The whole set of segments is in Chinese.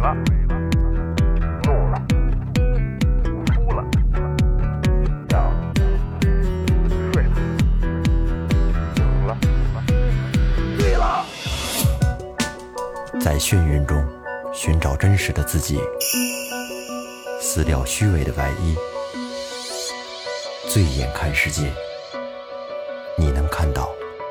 了，怒了，哭了，笑了，睡了，醒了，醉了。 在眩晕中寻找真实的自己，撕掉虚伪的外衣，醉眼看世界，你能看到。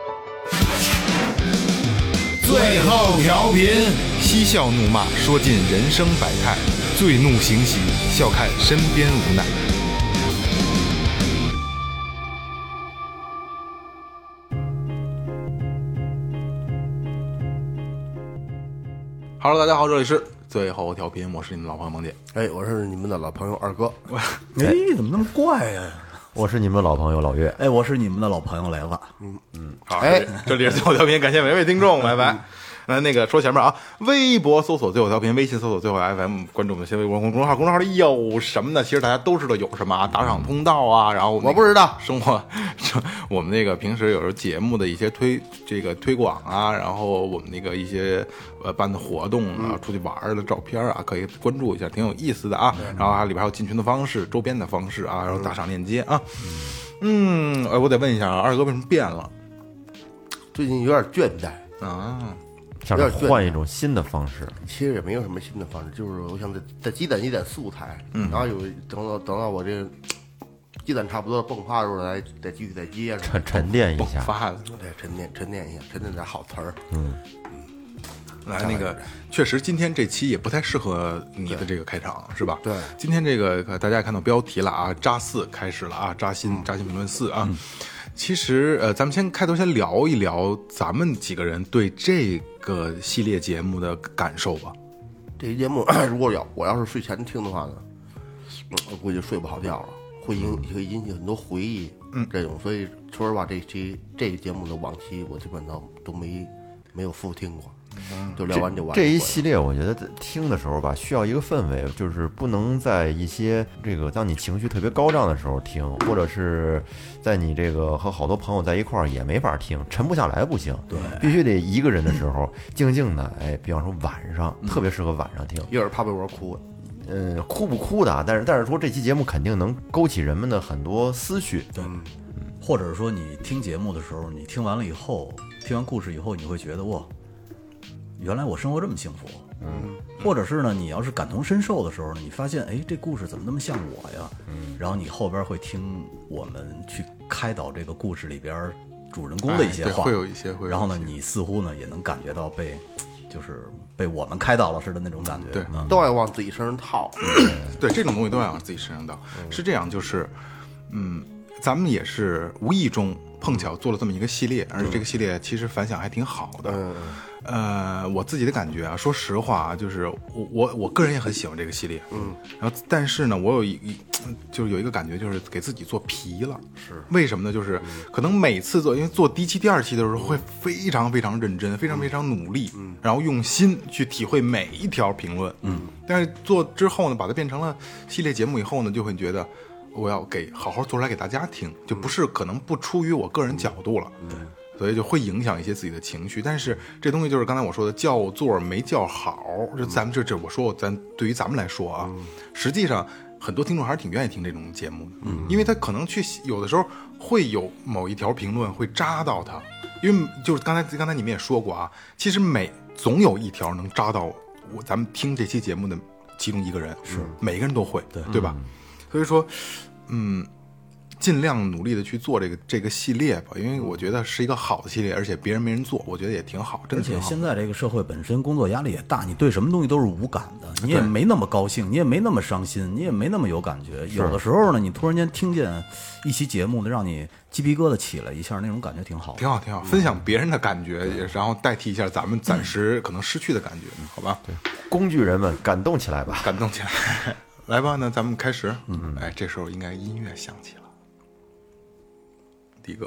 最后调频，嬉笑怒骂，说尽人生百态；醉怒行喜，笑看身边无奈。Hello， 大家好，这里是最后调频，我是你们老朋友萌姐。 哎，我是你们的老朋友二哥。 哎，怎么那么怪呀？ 我是你们的老朋友老岳。 哎，我是你们的老朋友雷子。 好，哎，这里是最后调频，感谢每位听众，拜拜。那个说前面啊，微博搜索最后调频，微信搜索最后 FM， 关注我们的新微博公众号，公众号里有什么呢？其实大家都知道有什么啊，打赏通道啊，然后我不知道生活，我们那个平时有时候节目的一些推广啊，然后我们那个一些办的活动啊，出去玩的照片啊，可以关注一下，挺有意思的啊。然后还里边还有进群的方式、周边的方式啊，然后打赏链接啊。我得问一下啊，二哥为什么变了？ 最近有点倦怠啊。 想着换一种新的方式， 其实也没有什么新的方式，就是我想再积攒一点素材，然后等到我这积攒差不多了迸发出来，再继续再接着沉淀一下， 发的对，沉淀一下，沉淀点好词儿。 来，那个确实今天这期也不太适合你的这个开场，是吧？ 对， 今天这个大家也看到标题了啊，扎4开始了啊，扎心评论4啊。其实咱们开头先聊一聊咱们几个人对这个系列节目的感受吧。 这期节目如果我要是睡前听的话呢，我估计睡不好觉了，会引起很多回忆，这种，所以说实话，这个节目的往期我基本上都没有复听过。就聊完就完。 这一系列我觉得听的时候吧，需要一个氛围，就是不能在一些当你情绪特别高涨的时候听，或者是在你和好多朋友在一块儿也没法听，沉不下来不行。对，必须得一个人的时候静静的，比方说晚上，特别适合晚上听。 一会儿怕被我哭。 哭不哭的，但是说这期节目肯定能勾起人们的很多思绪。 对，或者说你听节目的时候，你听完了以后，听完故事以后，你会觉得哇，原来我生活这么幸福。或者是呢，你要是感同身受的时候呢，你发现哎，这故事怎么那么像我呀？然后你后边会听我们去开导这个故事里边主人公的一些话， 会有一些。 然后呢，你似乎呢也能感觉到被我们开导了似的那种感觉。 对， 都爱往自己身上套。 对，这种东西都要往自己身上套。是这样，就是咱们也是无意中碰巧做了这么一个系列，而且这个系列其实反响还挺好的。我自己的感觉啊，说实话啊，就是我个人也很喜欢这个系列，然后但是呢，我有一个感觉，就是给自己做疲了。是为什么呢？就是可能每次因为做第1期、第2期的时候会非常非常认真、非常非常努力，然后用心去体会每一条评论，但是做之后呢，把它变成了系列节目以后呢，就会觉得我要好好做出来给大家听，就可能不出于我个人角度了。所以就会影响一些自己的情绪，但是这东西就是刚才我说的叫座没叫好，就咱们这我说咱对于咱们来说啊，实际上很多听众还是挺愿意听这种节目的，因为他可能有的时候会有某一条评论会扎到他，因为就是刚才你们也说过啊，其实总有一条能扎到咱们听这期节目的其中一个人，是每个人都会，对吧？所以说，尽量努力的去做这个系列吧，因为我觉得是一个好的系列，而且别人没人做，我觉得也挺好，真的挺好。 而且现在这个社会本身工作压力也大，你对什么东西都是无感的，你也没那么高兴，你也没那么伤心，你也没那么有感觉。有的时候呢，你突然间听见一期节目呢，让你鸡皮疙瘩起来一下，那种感觉挺好， 挺好，挺好。分享别人的感觉，然后代替一下咱们暂时可能失去的感觉，好吧？对， 工具人们感动起来吧， 感动起来，来吧，那咱们开始。这时候应该音乐响起了。第一个，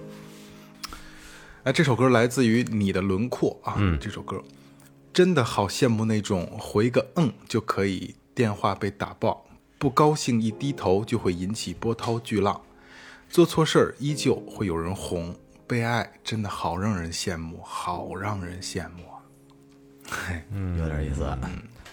这首歌来自于你的轮廓啊，这首歌真的好羡慕那种回个就可以电话被打爆，不高兴一低头就会引起波涛巨浪，做错事儿依旧会有人哄，被爱真的好让人羡慕，好让人羡慕啊。 有点意思。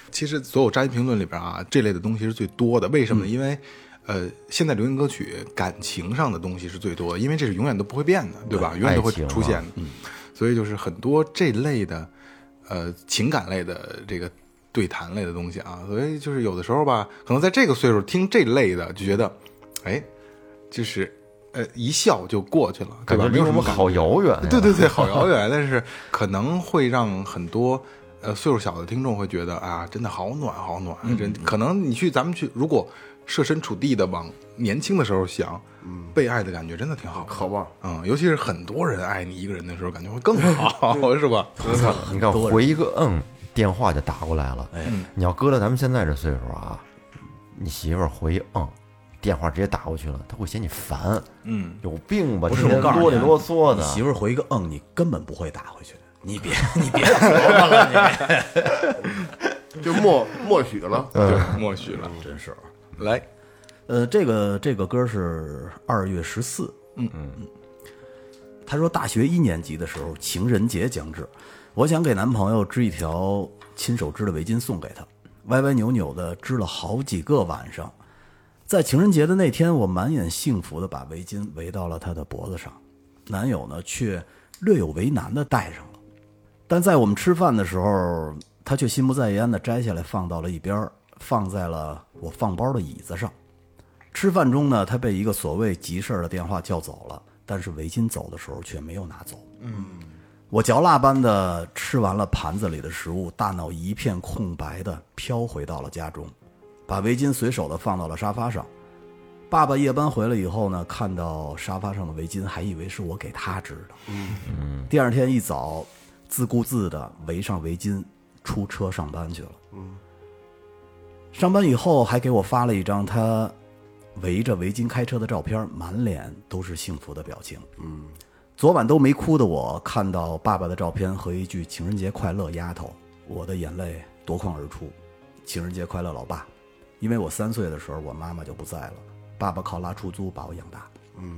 其实所有渣评论里边啊，这类的东西是最多的。为什么呢？因为现在流行歌曲感情上的东西是最多的，因为这是永远都不会变的，对吧？永远都会出现的。所以就是很多这类的情感类的这个对谈类的东西啊，所以就是有的时候吧，可能在这个岁数听这类的就觉得，哎，就是一笑就过去了，对吧？ 感觉离我们好遥远呀。 对对对，好遥远。但是可能会让很多岁数小的听众会觉得啊，真的好暖好暖。真可能咱们去，如果设身处地的往年轻的时候想，被爱的感觉真的挺好的， 渴望。 尤其是很多人爱你一个人的时候，感觉会更好，是吧？ 你看回一个电话就打过来了。你要搁到咱们现在这岁数啊，你媳妇儿回一电话直接打过去了，她会嫌你烦。有病吧？ 不是，我告诉你， 啰里啰嗦的。 你媳妇儿回一个你根本不会打回去。你别琢磨了， 你就默许了， 默许了， 真是。 来， 这个歌是2月14。他说大学1年级的时候，情人节将至，我想给男朋友织一条亲手织的围巾送给他，歪歪扭扭的织了好几个晚上。在情人节的那天，我满眼幸福的把围巾围到了他的脖子上，男友呢却略有为难的戴上了。但在我们吃饭的时候，他却心不在焉的摘下来放到了一边，放在了我放包的椅子上。吃饭中呢，他被一个所谓急事的电话叫走了，但是围巾走的时候却没有拿走。我嚼蜡般的吃完了盘子里的食物，大脑一片空白的飘回到了家中，把围巾随手的放到了沙发上。爸爸夜班回来以后呢，看到沙发上的围巾，还以为是我给他织的。第二天一早，自顾自的围上围巾，出车上班去了。上班以后还给我发了一张他围着围巾开车的照片，满脸都是幸福的表情。昨晚都没哭的我，看到爸爸的照片和一句情人节快乐丫头，我的眼泪夺眶而出。情人节快乐老爸。因为我3岁的时候我妈妈就不在了，爸爸靠拉出租把我养大。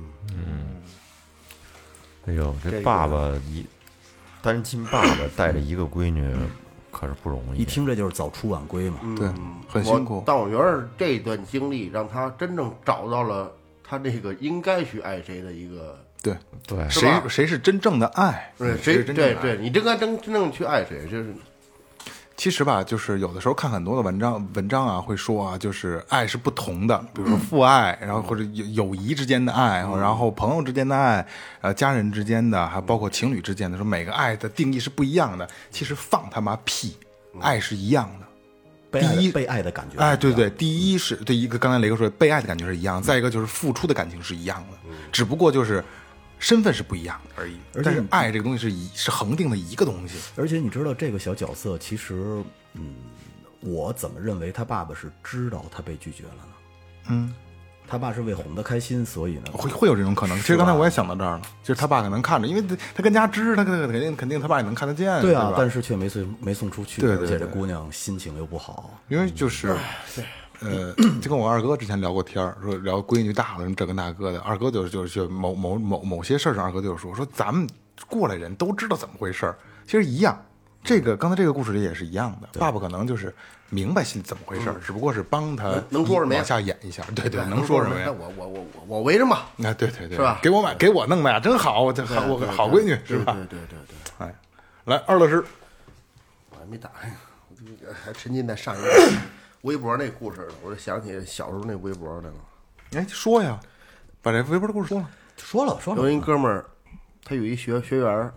哎呦，这爸爸单亲爸爸带着一个闺女可是不容易。 一听这就是早出晚归嘛。 对，很辛苦。 但我觉得这段经历让他真正找到了他这个应该去爱谁的一个。 对， 是谁是真正的爱？ 谁对你真正去爱谁？就是其实吧，就是有的时候看很多的文章啊，会说啊，就是爱是不同的，比如说父爱，然后或者友谊之间的爱，然后朋友之间的爱，家人之间的，还包括情侣之间的，说每个爱的定义是不一样的。其实放他妈屁，爱是一样的。 被爱的感觉， 哎，对对，第一是对一个，刚才雷哥说被爱的感觉是一样，再一个就是付出的感情是一样的，只不过就是身份是不一样的而已。但是爱这个东西是恒定的一个东西。 而且你知道这个小角色，其实，我怎么认为他爸爸是知道他被拒绝了呢？他爸是为哄他开心，所以呢， 会有这种可能。其实刚才我也想到这儿了，就是他爸可能看着，因为他跟家织，他肯定他爸也能看得见， 对啊，但是却没送出去， 对， 而且这姑娘心情又不好， 因为就是。就跟我二哥之前聊过天说聊闺女大了这个那个的，二哥就是某些事儿上，二哥就说咱们过来人都知道怎么回事，其实一样。这个刚才这个故事里也是一样的，爸爸可能就是明白心里怎么回事，只不过是帮他能说什么往下演一下，对，能说什么呀？ 我围着嘛， 对， 是吧？ 给我弄的呀，真好，我好闺女是吧？ 对， 哎，来二老师， 我还没打，还沉浸在上一个微博那故事了，我就想起小时候那微博来了。 哎，说呀，把这微博的故事说了。 有一哥们儿，他有一学员，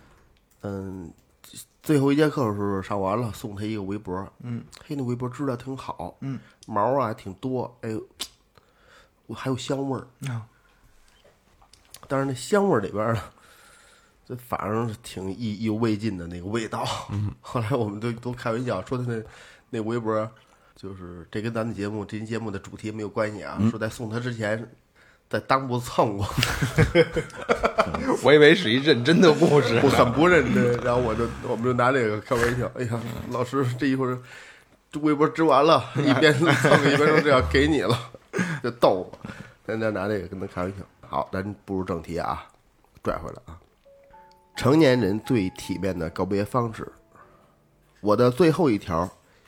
最后一节课的时候上完了，送他一个围脖，嘿，那围脖织的挺好，毛啊挺多，哎呦，我还有香味儿啊。但是那香味儿里边呢，这反正挺意犹未尽的那个味道。后来我们都开玩笑说他那围脖。就是这跟咱的这期节目的主题没有关系啊。说在送他之前，在裆部蹭过。 我以为是一认真的故事， 很不认真。然后我们就拿这个开玩笑。哎呀，老师这一会儿这微博织完了，一边蹭一边说这要给你了，就逗我。咱拿这个跟他开玩笑。好，咱步入正题啊，拽回来啊。成年人最体面的告别方式，我的最后一条。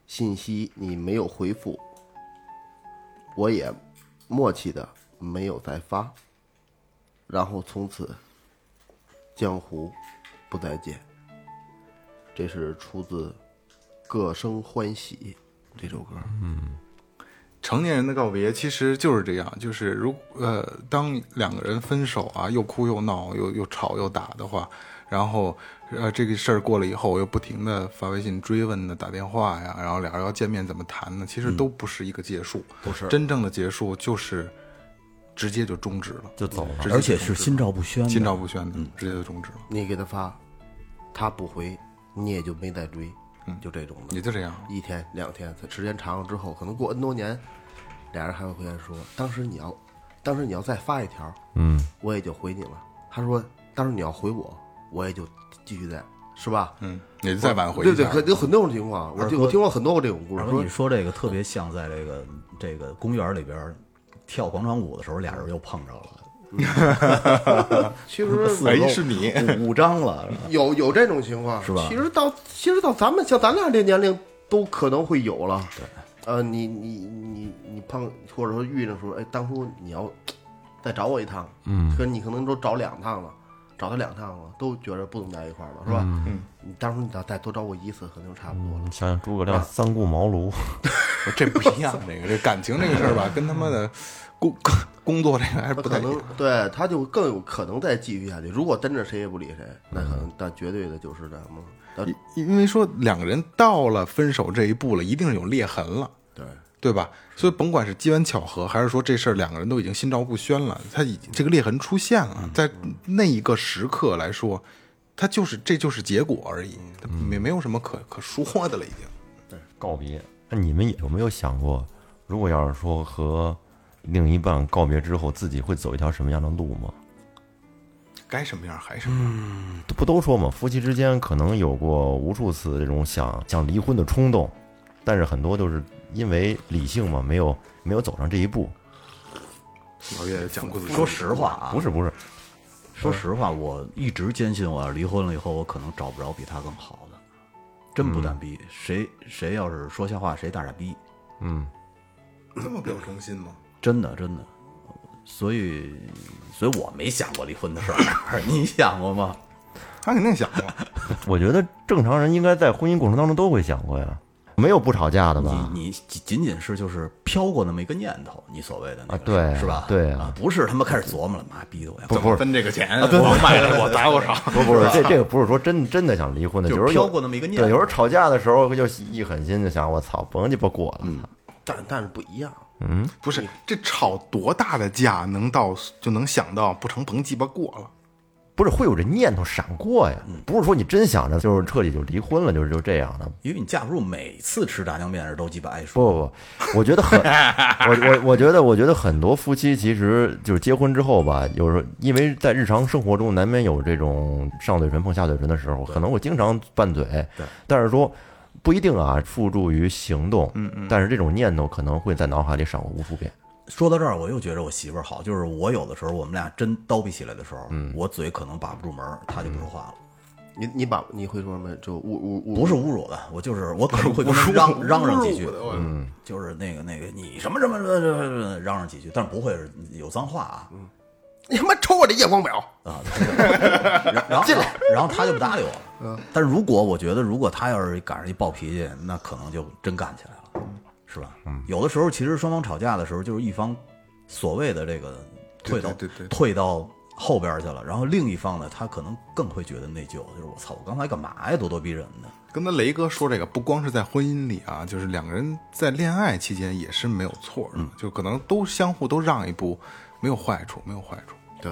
信息你没有回复，我也默契的没有再发，然后从此江湖不再见。这是出自《各生欢喜》这首歌。 成年人的告别其实就是这样，就是当两个人分手啊，又哭又闹，又吵又打的话，然后这个事儿过了以后，又不停的发微信追问的打电话呀，然后俩人要见面怎么谈呢？其实都不是一个结束， 不是真正的结束就是直接就终止了， 就走了。 而且是心照不宣的， 心照不宣的，直接就终止了， 你给他发，他不回，你也就没再追，就这种的， 也就这样。 一天两天，时间长了之后，可能过 N 多年，俩人还会回来说，当时你要再发一条，我也就回你了。他说，当时你要回我，我也就继续在，是吧？ 也就再挽回一下。 对，有很多种情况，我听过很多这种故事。 我跟你说，这个特别像在这个公园里边跳广场舞的时候，俩人又碰着了。 其实是你五张了， 有这种情况， 是吧？ 其实到咱们像咱俩这年龄都可能会有了。对，你碰或者说遇着说，哎，当初你要再找我一趟，可你可能都找2趟了，找他2趟了，都觉得不能在一块儿了，是吧？你当初你再多找我1次，可能就差不多了。 想想诸葛亮三顾茅庐， 这不一样，这感情这个事儿吧，跟他妈的工作这个还是不太一样。 对，他就更有可能再继续下去。如果真的谁也不理谁，那可能但绝对的就是那什么。 因为说两个人到了分手这一步了，一定是有裂痕了，对吧？所以甭管是机缘巧合，还是说这事儿两个人都已经心照不宣了，他已经这个裂痕出现了，在那一个时刻来说，这就是结果而已，没有什么可说的了，已经。 告别。那你们有没有想过，如果要是说和另一半告别之后，自己会走一条什么样的路吗？ 该什么样还什么样。 不都说嘛，夫妻之间可能有过无数次这种想离婚的冲动，但是很多都是因为理性嘛，没有走上这一步。 老岳讲故事， 说实话啊， 不是， 说实话，我一直坚信，我要离婚了以后，我可能找不着比他更好的，真不蛋逼。谁要是说瞎话，谁大傻逼。 这么表忠心吗？ 真的。所以我没想过离婚的事儿，你想过吗？ 他肯定想过。 我觉得正常人应该在婚姻过程当中都会想过呀，没有不吵架的吧？ 你仅仅是就是飘过那么一个念头，你所谓的那个对， 是吧？ 对啊， 不是他妈开始琢磨了，妈逼的我要怎么分这个钱？我卖了我砸多少？ 不是，这个不是说真的想离婚的， 就是飘过那么一个念头。 对，有时候吵架的时候就一狠心就想，我操，甭鸡巴过了。 但是不一样。 不是，这吵多大的架就能想到不成甭鸡巴过了？ 不是会有这念头闪过呀？不是说你真想着就是彻底就离婚了，就这样的。 因为你架不住每次吃炸酱面时都鸡巴爱说。 不，我觉得我觉得很多夫妻其实就是结婚之后吧，有时候因为在日常生活中难免有这种上嘴唇碰下嘴唇的时候，可能会经常拌嘴。但是说不一定啊，付诸于行动。但是这种念头可能会在脑海里闪过无数遍。 说到这儿，我又觉得我媳妇儿好，就是我有的时候我们俩真叨逼起来的时候，我嘴可能把不住门，她就不说话了。 你会说什么？就侮不是侮辱的，我可能会跟她嚷嚷几句，就是那个你什么嚷嚷几句，但是不会是有脏话啊。 你他妈抽我这夜光表啊！然后他就不搭理我了。但是我觉得，如果他要是赶上一暴脾气，那可能就真干起来了，是吧？有的时候其实双方吵架的时候，就是一方所谓的这个退到后边去了，然后另一方呢，他可能更会觉得内疚，就是我操，我刚才干嘛呀，咄咄逼人的。 跟他雷哥说这个，不光是在婚姻里啊，就是两个人在恋爱期间也是没有错的，就可能都相互都让一步，没有坏处。 对，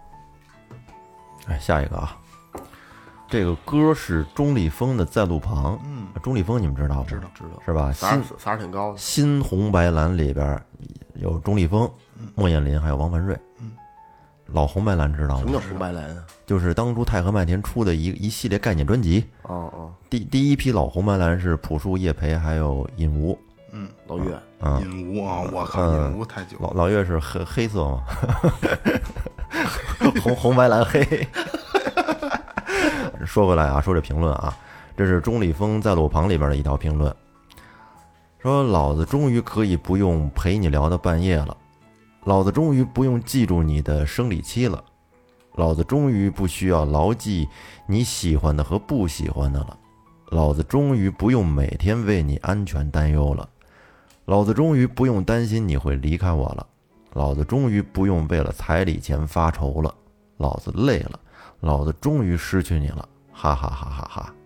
下一个啊，这个歌是钟立风的《在路旁》。钟立风你们知道吗？知道，是吧？ 撒挺高的。 新红白蓝里边有钟立风、莫艳林还有王凡瑞。老红白蓝知道吗？ 什么叫红白蓝啊？ 就是当初太和麦田出的一系列概念专辑。第一批老红白蓝是朴树、叶培还有尹吾。 老岳。 尹吾啊，我靠，尹吾太久了。 老岳是黑色嘛。红白蓝黑。说回来啊，说这评论啊，这是钟立风在路旁里边的一条评论。 说老子终于可以不用陪你聊到半夜了，老子终于不用记住你的生理期了，老子终于不需要牢记你喜欢的和不喜欢的了，老子终于不用每天为你安全担忧了，老子终于不用担心你会离开我了，老子终于不用为了彩礼钱发愁了，老子累了，老子终于失去你了，哈哈哈哈哈！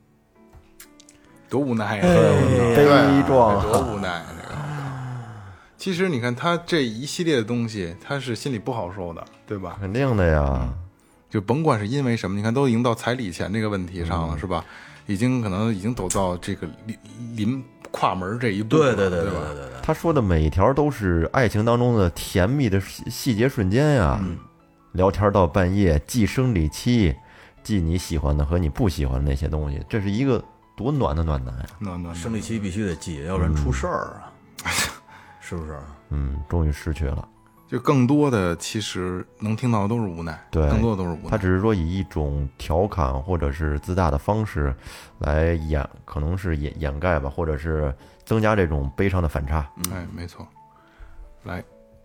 多无奈呀、 悲壮多无奈啊！这个，其实你看他这一系列的东西，他是心里不好受的，对吧？ 肯定的呀， 就甭管是因为什么，你看都已经到彩礼钱这个问题上了，是吧？可能已经走到这个临跨门这一步了， 对吧？ 他说的每一条都是爱情当中的甜蜜的细节瞬间呀。聊天到半夜，记生理期，记你喜欢的和你不喜欢的那些东西，这是一个多暖的暖男呀！ 暖生理期必须得记，要不然出事儿啊，是不是？ 终于失去了。 就更多的其实能听到的都是无奈， 对， 更多的都是无奈。 他只是说以一种调侃或者是自大的方式来可能是掩盖吧，或者是增加这种悲伤的反差。 哎，没错。来，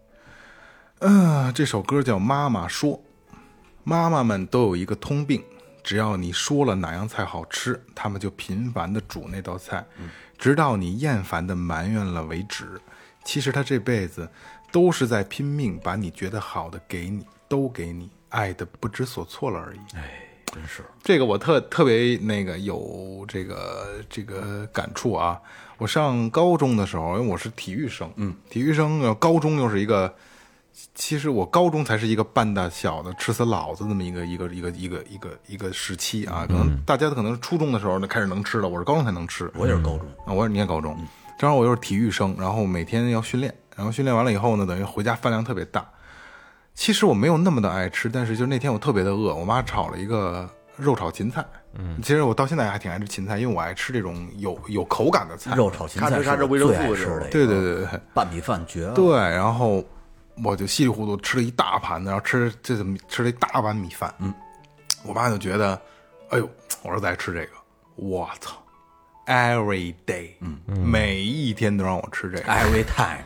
这首歌叫《妈妈说》，妈妈们都有一个通病，只要你说了哪样菜好吃，他们就频繁的煮那道菜，直到你厌烦的埋怨了为止。其实他这辈子都是在拼命把你觉得好的给你，都给你，爱的不知所措了而已。 哎，真是这个我特别有这个感触啊！我上高中的时候，因为我是体育生，体育生，高中又是一个，其实我高中才是一个半大小的吃死老子这么一个时期啊！可能大家可能初中的时候开始能吃了，我是高中才能吃。 我也是高中啊，我也念高中，正好我又是体育生，然后每天要训练，然后训练完了以后呢，等于回家饭量特别大。其实我没有那么的爱吃，但是就那天我特别的饿，我妈炒了一个肉炒芹菜。其实我到现在还挺爱吃芹菜，因为我爱吃这种有口感的菜。 肉炒芹菜看着维生素吃的， 对， 拌米饭绝了。 对，然后我就稀里糊涂吃了一大盘子，然后吃了一大碗米饭。我妈就觉得，哎呦，我儿子爱吃这个，我操 ，every day，每一天都让我吃这个 ，every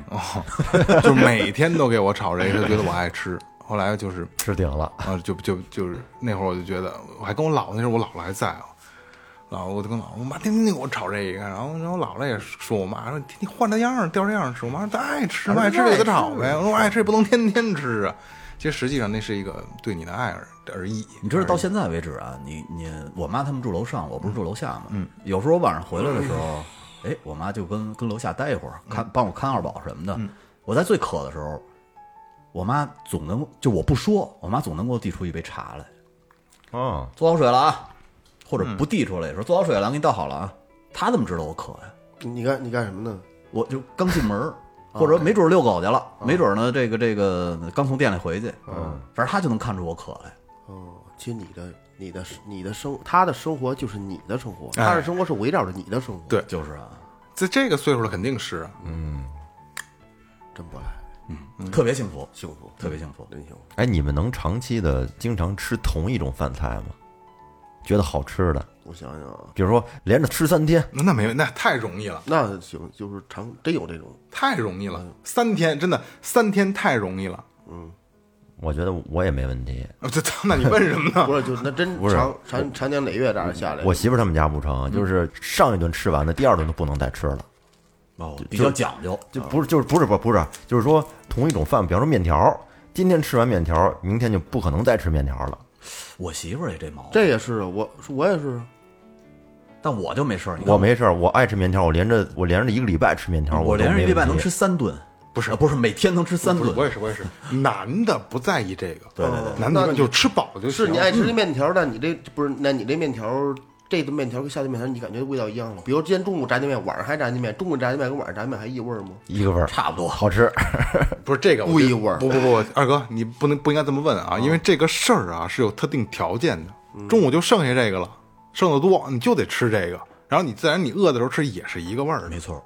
time， 就每天都给我炒这个，就觉得我爱吃。后来就是吃顶了啊，就是那会儿我就觉得，我还跟我姥姥，那时候我姥姥还在啊，我就跟姥姥，我妈天天给我炒这个，然后我姥姥也说我妈说你换着样调这样吃，我妈说咱爱吃嘛，爱吃就给他炒呗，我说我爱吃也不能天天吃啊。其实实际上那是一个对你的爱而已。 你知道到现在为止啊，我妈他们住楼上，我不是住楼下嘛，有时候我晚上回来的时候，哎，我妈就跟楼下待一会儿，帮我看二宝什么的。我在最渴的时候。我妈总能就我不说，我妈总能给我递出一杯茶来。 哦， 做好水了啊，或者不递出来说做好水了，给你倒好了啊。她怎么知道我渴呀？ 你干什么呢？ 我就刚进门，或者没准遛狗去了，没准呢这个刚从店里回去，反正她就能看出我渴来。 哦，其实你的他的生活就是你的生活，他的生活是围绕着你的生活。 对， 就是啊， 在这个岁数了肯定是啊， 真不赖。 特别幸福， 特别幸福，真幸福。 哎，你们能长期的经常吃同一种饭菜吗？觉得好吃的？ 我想想啊， 比如说连着吃3天， 那没有，那太容易了。 那行，就是真有这种， 太容易了。3天真的3天太容易了。 我觉得我也没问题。 那你问什么呢？ 不是，就那真不是长年累月这样下来。 我媳妇他们家不成，就是上一顿吃完的，第2顿都不能再吃了。 哦，比较讲究， 就不是，就是说同一种饭，比方说面条，今天吃完面条，明天就不可能再吃面条了。 我媳妇儿也这毛病， 这也是我也是， 但我就没事儿。 我没事儿，我爱吃面条，我连着1个礼拜吃面条， 我连着1个礼拜能吃 3 3顿，不是每天能吃3顿。 我也是，男的不在意这个， 对， 男的就吃饱就行。 是你爱吃这面条，但你这不是，那你这面条。这顿面条跟下顿面条，你感觉味道一样吗？比如今天中午炸酱面，晚上还炸酱面，中午炸酱面跟晚上炸酱面还一味儿吗？ 一个味儿， 差不多， 好吃。 不是这个不一味儿。 不，二哥，你不应该这么问啊，因为这个事儿啊是有特定条件的。中午就剩下这个了，剩的多，你就得吃这个，然后你自然你饿的时候吃也是一个味儿的。 没错，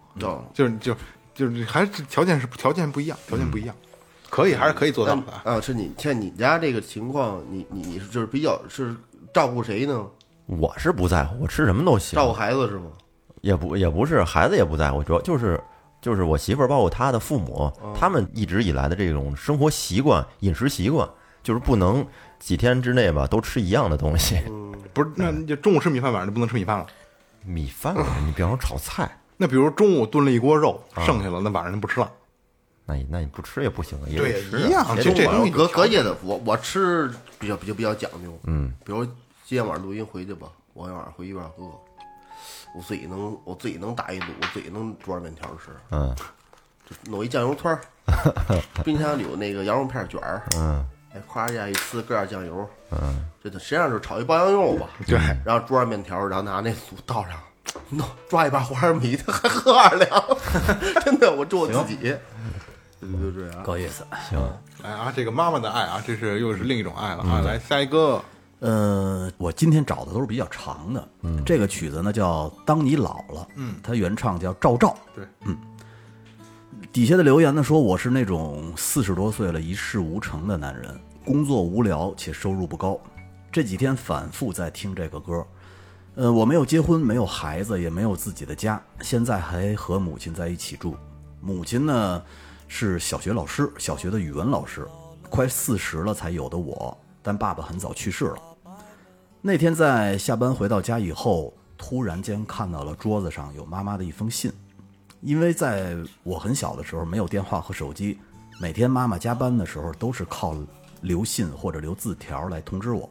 就是还是条件不一样，可以还是可以做到的啊。是你像你家这个情况，你是就是比较是照顾谁呢？ 我是不在乎，我吃什么都行。 照顾孩子是吗？ 也不是，孩子也不在乎，主要就是我媳妇儿包括她的父母，他们一直以来的这种生活习惯、饮食习惯，就是不能几天之内吧都吃一样的东西。 不是，那就中午吃米饭，晚上就不能吃米饭了。 米饭，你比方说炒菜， 那比如中午炖了一锅肉，剩下了，那晚上就不吃了。 那你不吃也不行啊，也对得吃啊一样也得这东西隔夜的，我吃比较讲究。比如今天晚上录音回去吧，我晚上回去有点饿，我自己能打一卤，我自己能煮点面条吃。就弄一酱油串儿，冰箱里有那个羊肉片卷儿。夸家一呲，搁点酱油。这实际上就是炒一爆羊肉吧。 对， 然后煮点面条，然后拿那卤倒上，抓一把花生米，还喝2两。真的，我做我自己。就这样， 够意思。 行。 来啊，这个妈妈的爱啊，这是又是另一种爱了啊。来下一个， 我今天找的都是比较长的。这个曲子呢叫《当你老了》，它原唱叫赵照。 对， 底下的留言呢说我是那种40多岁了一事无成的男人，工作无聊且收入不高。这几天反复在听这个歌。我没有结婚，没有孩子，也没有自己的家，现在还和母亲在一起住。母亲呢是小学老师，小学的语文老师，快40了才有的我，但爸爸很早去世了。那天在下班回到家以后，突然间看到了桌子上有妈妈的一封信。因为在我很小的时候没有电话和手机，每天妈妈加班的时候都是靠留信或者留字条来通知我。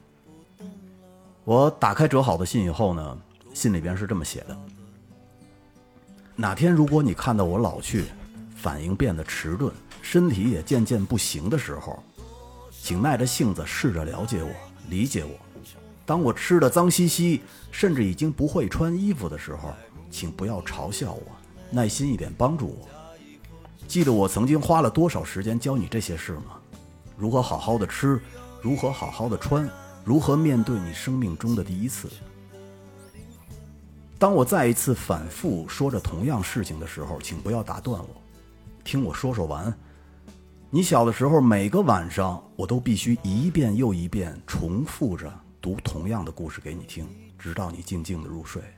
我打开折好的信以后呢，信里边是这么写的：哪天如果你看到我老去，反应变得迟钝，身体也渐渐不行的时候，请耐着性子试着了解我，理解我。当我吃得脏兮兮，甚至已经不会穿衣服的时候，请不要嘲笑我，耐心一点帮助我。记得我曾经花了多少时间教你这些事吗？如何好好的吃，如何好好的穿，如何面对你生命中的第一次。当我再一次反复说着同样事情的时候，请不要打断我，听我说完。你小的时候每个晚上我都必须一遍又一遍重复着读同样的故事给你听，直到你静静的入睡。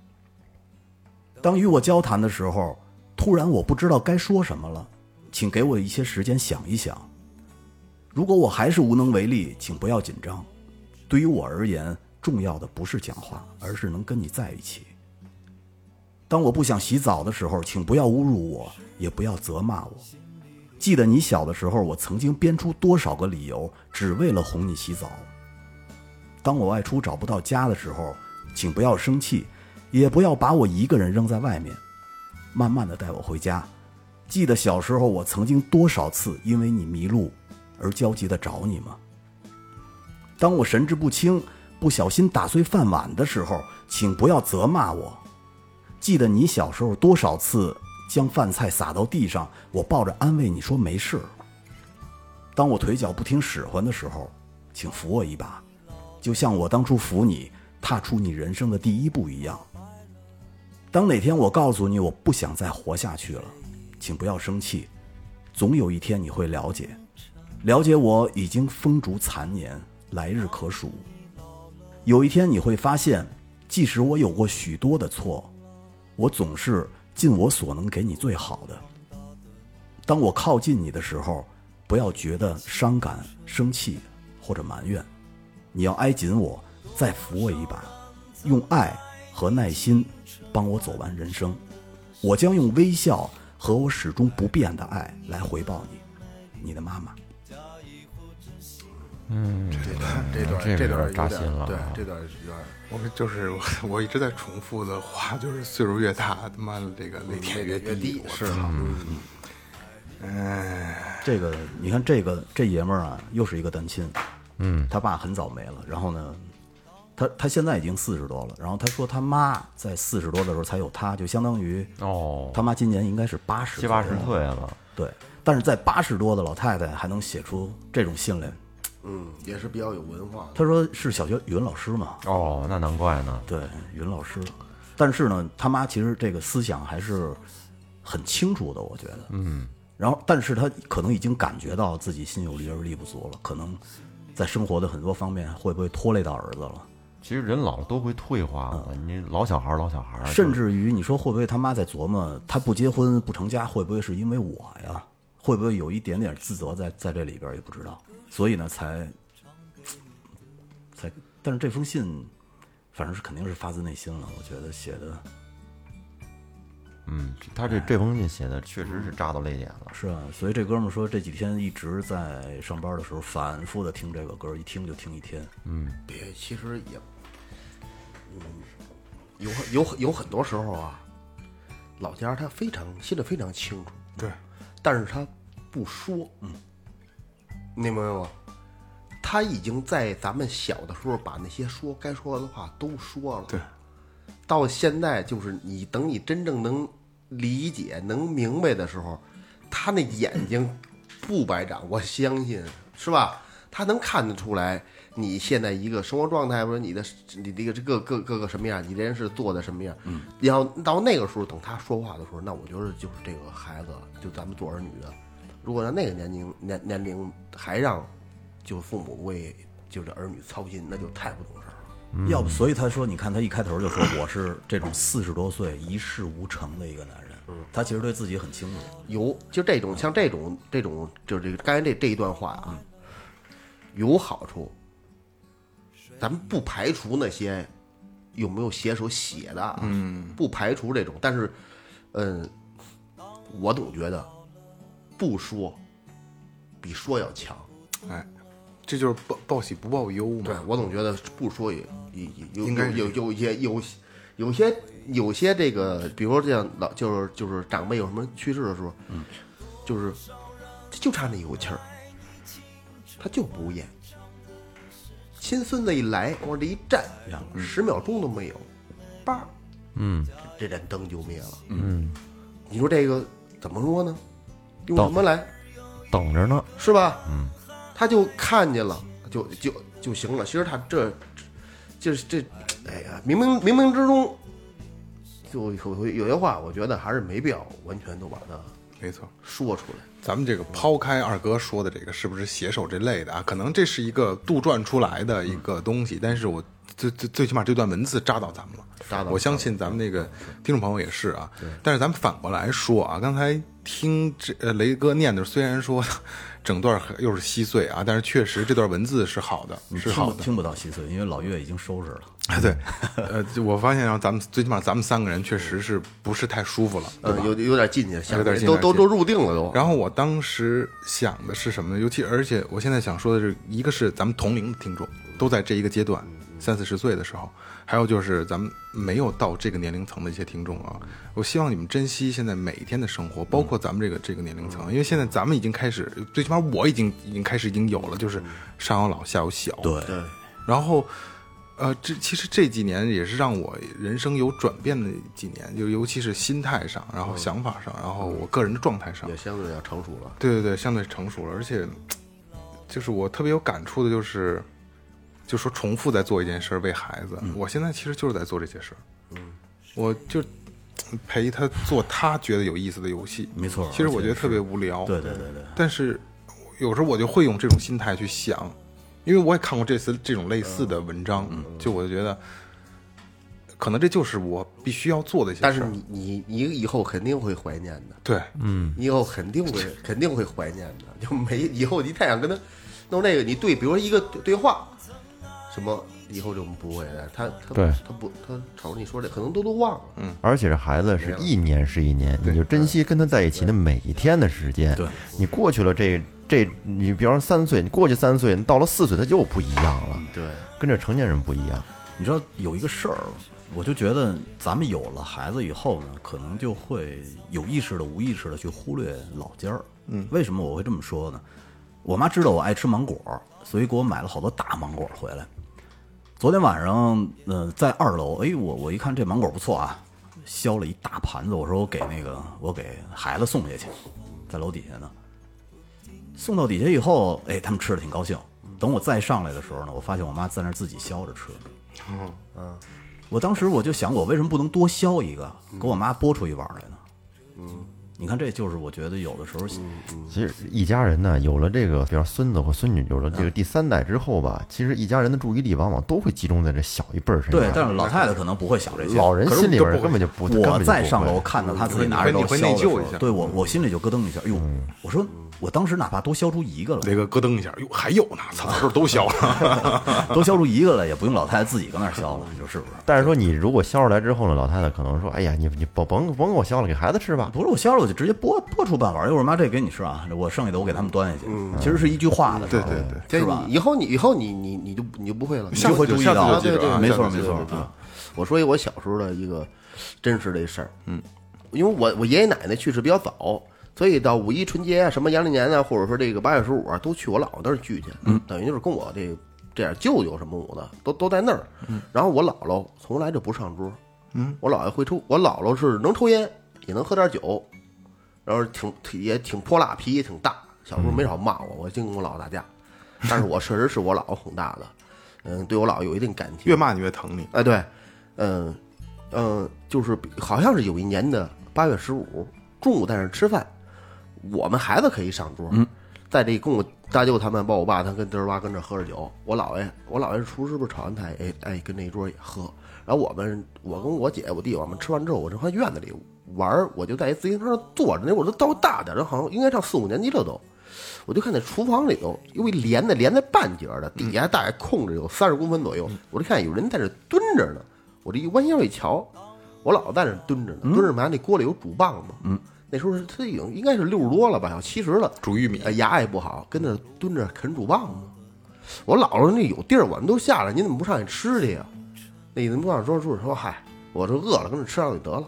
当与我交谈的时候，突然我不知道该说什么了，请给我一些时间想一想。如果我还是无能为力，请不要紧张。对于我而言，重要的不是讲话，而是能跟你在一起。当我不想洗澡的时候，请不要侮辱我，也不要责骂我。记得你小的时候，我曾经编出多少个理由，只为了哄你洗澡。当我外出找不到家的时候，请不要生气，也不要把我一个人扔在外面，慢慢的带我回家。记得小时候我曾经多少次因为你迷路而焦急的找你吗？当我神志不清，不小心打碎饭碗的时候，请不要责骂我。记得你小时候多少次将饭菜撒到地上，我抱着安慰你说没事。当我腿脚不听使唤的时候，请扶我一把，就像我当初扶你踏出你人生的第一步一样。当哪天我告诉你我不想再活下去了，请不要生气，总有一天你会了解我已经风烛残年，来日可数。有一天你会发现，即使我有过许多的错，我总是尽我所能给你最好的。当我靠近你的时候，不要觉得伤感、生气或者埋怨，你要挨紧我，再扶我一把，用爱和耐心帮我走完人生。我将用微笑和我始终不变的爱来回报你，你的妈妈。 这段扎心了。 对，这段有点。 我一直在重复的话，就是岁数越大，他妈的这个泪点越低。我操！ 这个你看，这爷们儿啊，又是一个单亲。他爸很早没了，然后呢，他现在已经40多了，然后他说他妈在40多的时候才有他，就相当于他妈今年应该是70、 70岁了。 对，但是在80多的老太太还能写出这种信来。 也是比较有文化的。 他说是小学语文老师嘛。 哦，那难怪呢。 对，语文老师。但是呢，他妈其实这个思想还是很清楚的，我觉得。然后，但是他可能已经感觉到自己心有余而力不足了，可能在生活的很多方面会不会拖累到儿子了。 其实人老了都会退化的，你老小孩儿， 甚至于你说会不会他妈在琢磨，他不结婚不成家，会不会是因为我呀？会不会有一点点自责在这里边也不知道，所以呢才，但是这封信，反正是肯定是发自内心了，我觉得写的。 他这封信写的确实是扎到泪点了。 是啊，所以这哥们儿说这几天一直在上班的时候反复的听这个歌，一听就听一天。 别，其实也，有很多时候啊，老家他心里非常清楚， 对， 但是他不说，你明白吗？他已经在咱们小的时候把那些该说的话都说了， 对， 到现在就是等你真正能理解、能明白的时候，他那眼睛不白长，我相信是吧？他能看得出来你现在一个生活状态，或者你这个各个什么样，你这件事做的什么样。然后到那个时候，等他说话的时候，那我觉得就是这个孩子，就咱们做儿女的，如果在那个年龄还让就父母为就是儿女操心，那就太不懂事儿了。 要不，所以他说，你看他一开头就说我是这种40多岁一事无成的一个男人，他其实对自己很清楚。 就这种像这种就是这个刚才这一段话啊，有好处。咱们不排除那些有没有写手写的啊，不排除这种，但是，我总觉得不说比说要强。 哎，这就是报喜不报忧嘛。 对，我总觉得不说也应该有些这个，比如说这样就是长辈有什么去世的时候，就是就差那一口气儿，他就不咽。亲孙子一来往这一站，10秒钟都没有，叭，这盏灯就灭了。你说这个怎么说呢？用什么来？ 等着呢， 是吧？他就看见了，就行了。其实他就是这，哎呀，冥冥之中，就有些话，我觉得还是没必要完全都把它没错说出来。 咱们这个抛开二哥说的这个是不是写手这类的啊，可能这是一个杜撰出来的一个东西，但是我最起码这段文字扎到咱们了，我相信咱们那个听众朋友也是啊。但是咱们反过来说啊，刚才听雷哥念的，虽然说整段又是稀碎啊，但是确实这段文字是好的，是好的。 听不到稀碎，因为老岳已经收拾了。 对，我发现啊，最起码咱们3个人确实是不是太舒服了， 有点进去， 有点都入定了都。 然后我当时想的是什么呢？而且我现在想说的是，一个是咱们同龄的听众都在这一个阶段，30-40岁的时候，还有就是咱们没有到这个年龄层的一些听众啊，我希望你们珍惜现在每一天的生活，包括咱们这个年龄层，因为现在咱们已经开始，最起码我已经开始有了，就是上有老下有小， 对， 然后。其实这几年也是让我人生有转变的几年，就尤其是心态上，然后想法上，然后我个人的状态上也相对要成熟了。 对，相对成熟了，而且就是我特别有感触的，就是说重复在做一件事为孩子，我现在其实就是在做这些事儿，我就陪他做他觉得有意思的游戏， 没错。 其实我觉得特别无聊， 对， 但是有时候我就会用这种心态去想。因为我也看过这种类似的文章，就我就觉得，可能这就是我必须要做的一些事。 但是你以后肯定会怀念的。 对， 你以后肯定会怀念的。就以后你太想跟他弄这个，你比如说一个对话，什么以后就不会了。他瞅着你说这，可能都忘了。 而且这孩子是一年是一年，你就珍惜跟他在一起的每一天的时间。 对， 你过去了你比方说3岁，你过去3岁，你到了4岁，他就不一样了。 对， 跟这成年人不一样。 你知道有一个事儿，我就觉得咱们有了孩子以后呢，可能就会有意识的、无意识的去忽略老家儿。为什么我会这么说呢？我妈知道我爱吃芒果，所以给我买了好多大芒果回来。昨天晚上，在2楼，我一看这芒果不错啊，削了一大盘子，我说我给孩子送下去，在楼底下呢。送到底下以后，他们吃的挺高兴。等我再上来的时候呢，我发现我妈在那儿自己削着吃。我当时我就想，我为什么不能多削一个，给我妈拨出一碗来呢？ 你看，这就是我觉得有的时候， 其实一家人呢，有了这个，比方孙子或孙女，有了这个第3代之后吧，其实一家人的注意力往往都会集中在这小一辈儿身上。 对，但是老太太可能不会想这些， 老人心里边根本就不。 我再上楼看到他自己拿着刀削的时候，对我心里就咯噔一下。哎呦，我说我当时哪怕多削出一个了， 那个咯噔一下，哟，还有呢，操，是不是都削了？ 都削出一个了，也不用老太太自己搁那儿削了，你说是不是？ 但是说你如果削出来之后呢，老太太可能说，哎呀，你甭给我削了，给孩子吃吧。 不是我削了，我就直接剥出半碗，一会儿妈这给你吃啊，我剩下的我给他们端下去。其实是一句话的时候， 对， 是吧？ 以后你就不会了， 你就会注意到，没错没错啊。我说一我小时候的一个真实的事儿，因为我爷爷奶奶去世比较早，所以到5·1春节啊，什么阳历年啊，或者说这个8月15啊，都去我姥姥那儿聚去，等于就是跟我这点舅舅什么的都在那儿。然后我姥姥从来就不上桌，我姥爷会抽，我姥姥是能抽烟，也能喝点酒，然后也挺泼辣，脾气挺大。小时候没少骂我经跟我姥姥打架，但是我确实是我姥姥哄大的，对我姥姥有一定感情， 越骂你越疼你。 哎，对，就是好像是有一年的8月15中午在那吃饭，我们孩子可以上桌，在这跟我大舅他们，包括我爸他跟嘚儿哇跟这喝着酒，我姥爷是厨师，不是炒完菜，哎跟那一桌也喝，然后我跟我姐我弟我们吃完之后，我正在院子里玩，我就在一自行车上坐着，那会儿都到大点，好像应该上4、5年级了都。我就看那厨房里头，因为连在半截的，底下大概空着有30公分左右，我就看有人在这蹲着呢。我这一弯腰一瞧，我姥姥在那蹲着呢，蹲着嘛，那锅里有煮棒子。那时候他已经应该是60多了吧，要70了， 煮玉米， 牙也不好，跟那蹲着啃煮棒子。我姥姥那有地儿，我们都下来，您怎么不上去吃去呀？那意思不上说，嗨，我这饿了，跟着吃上就得了。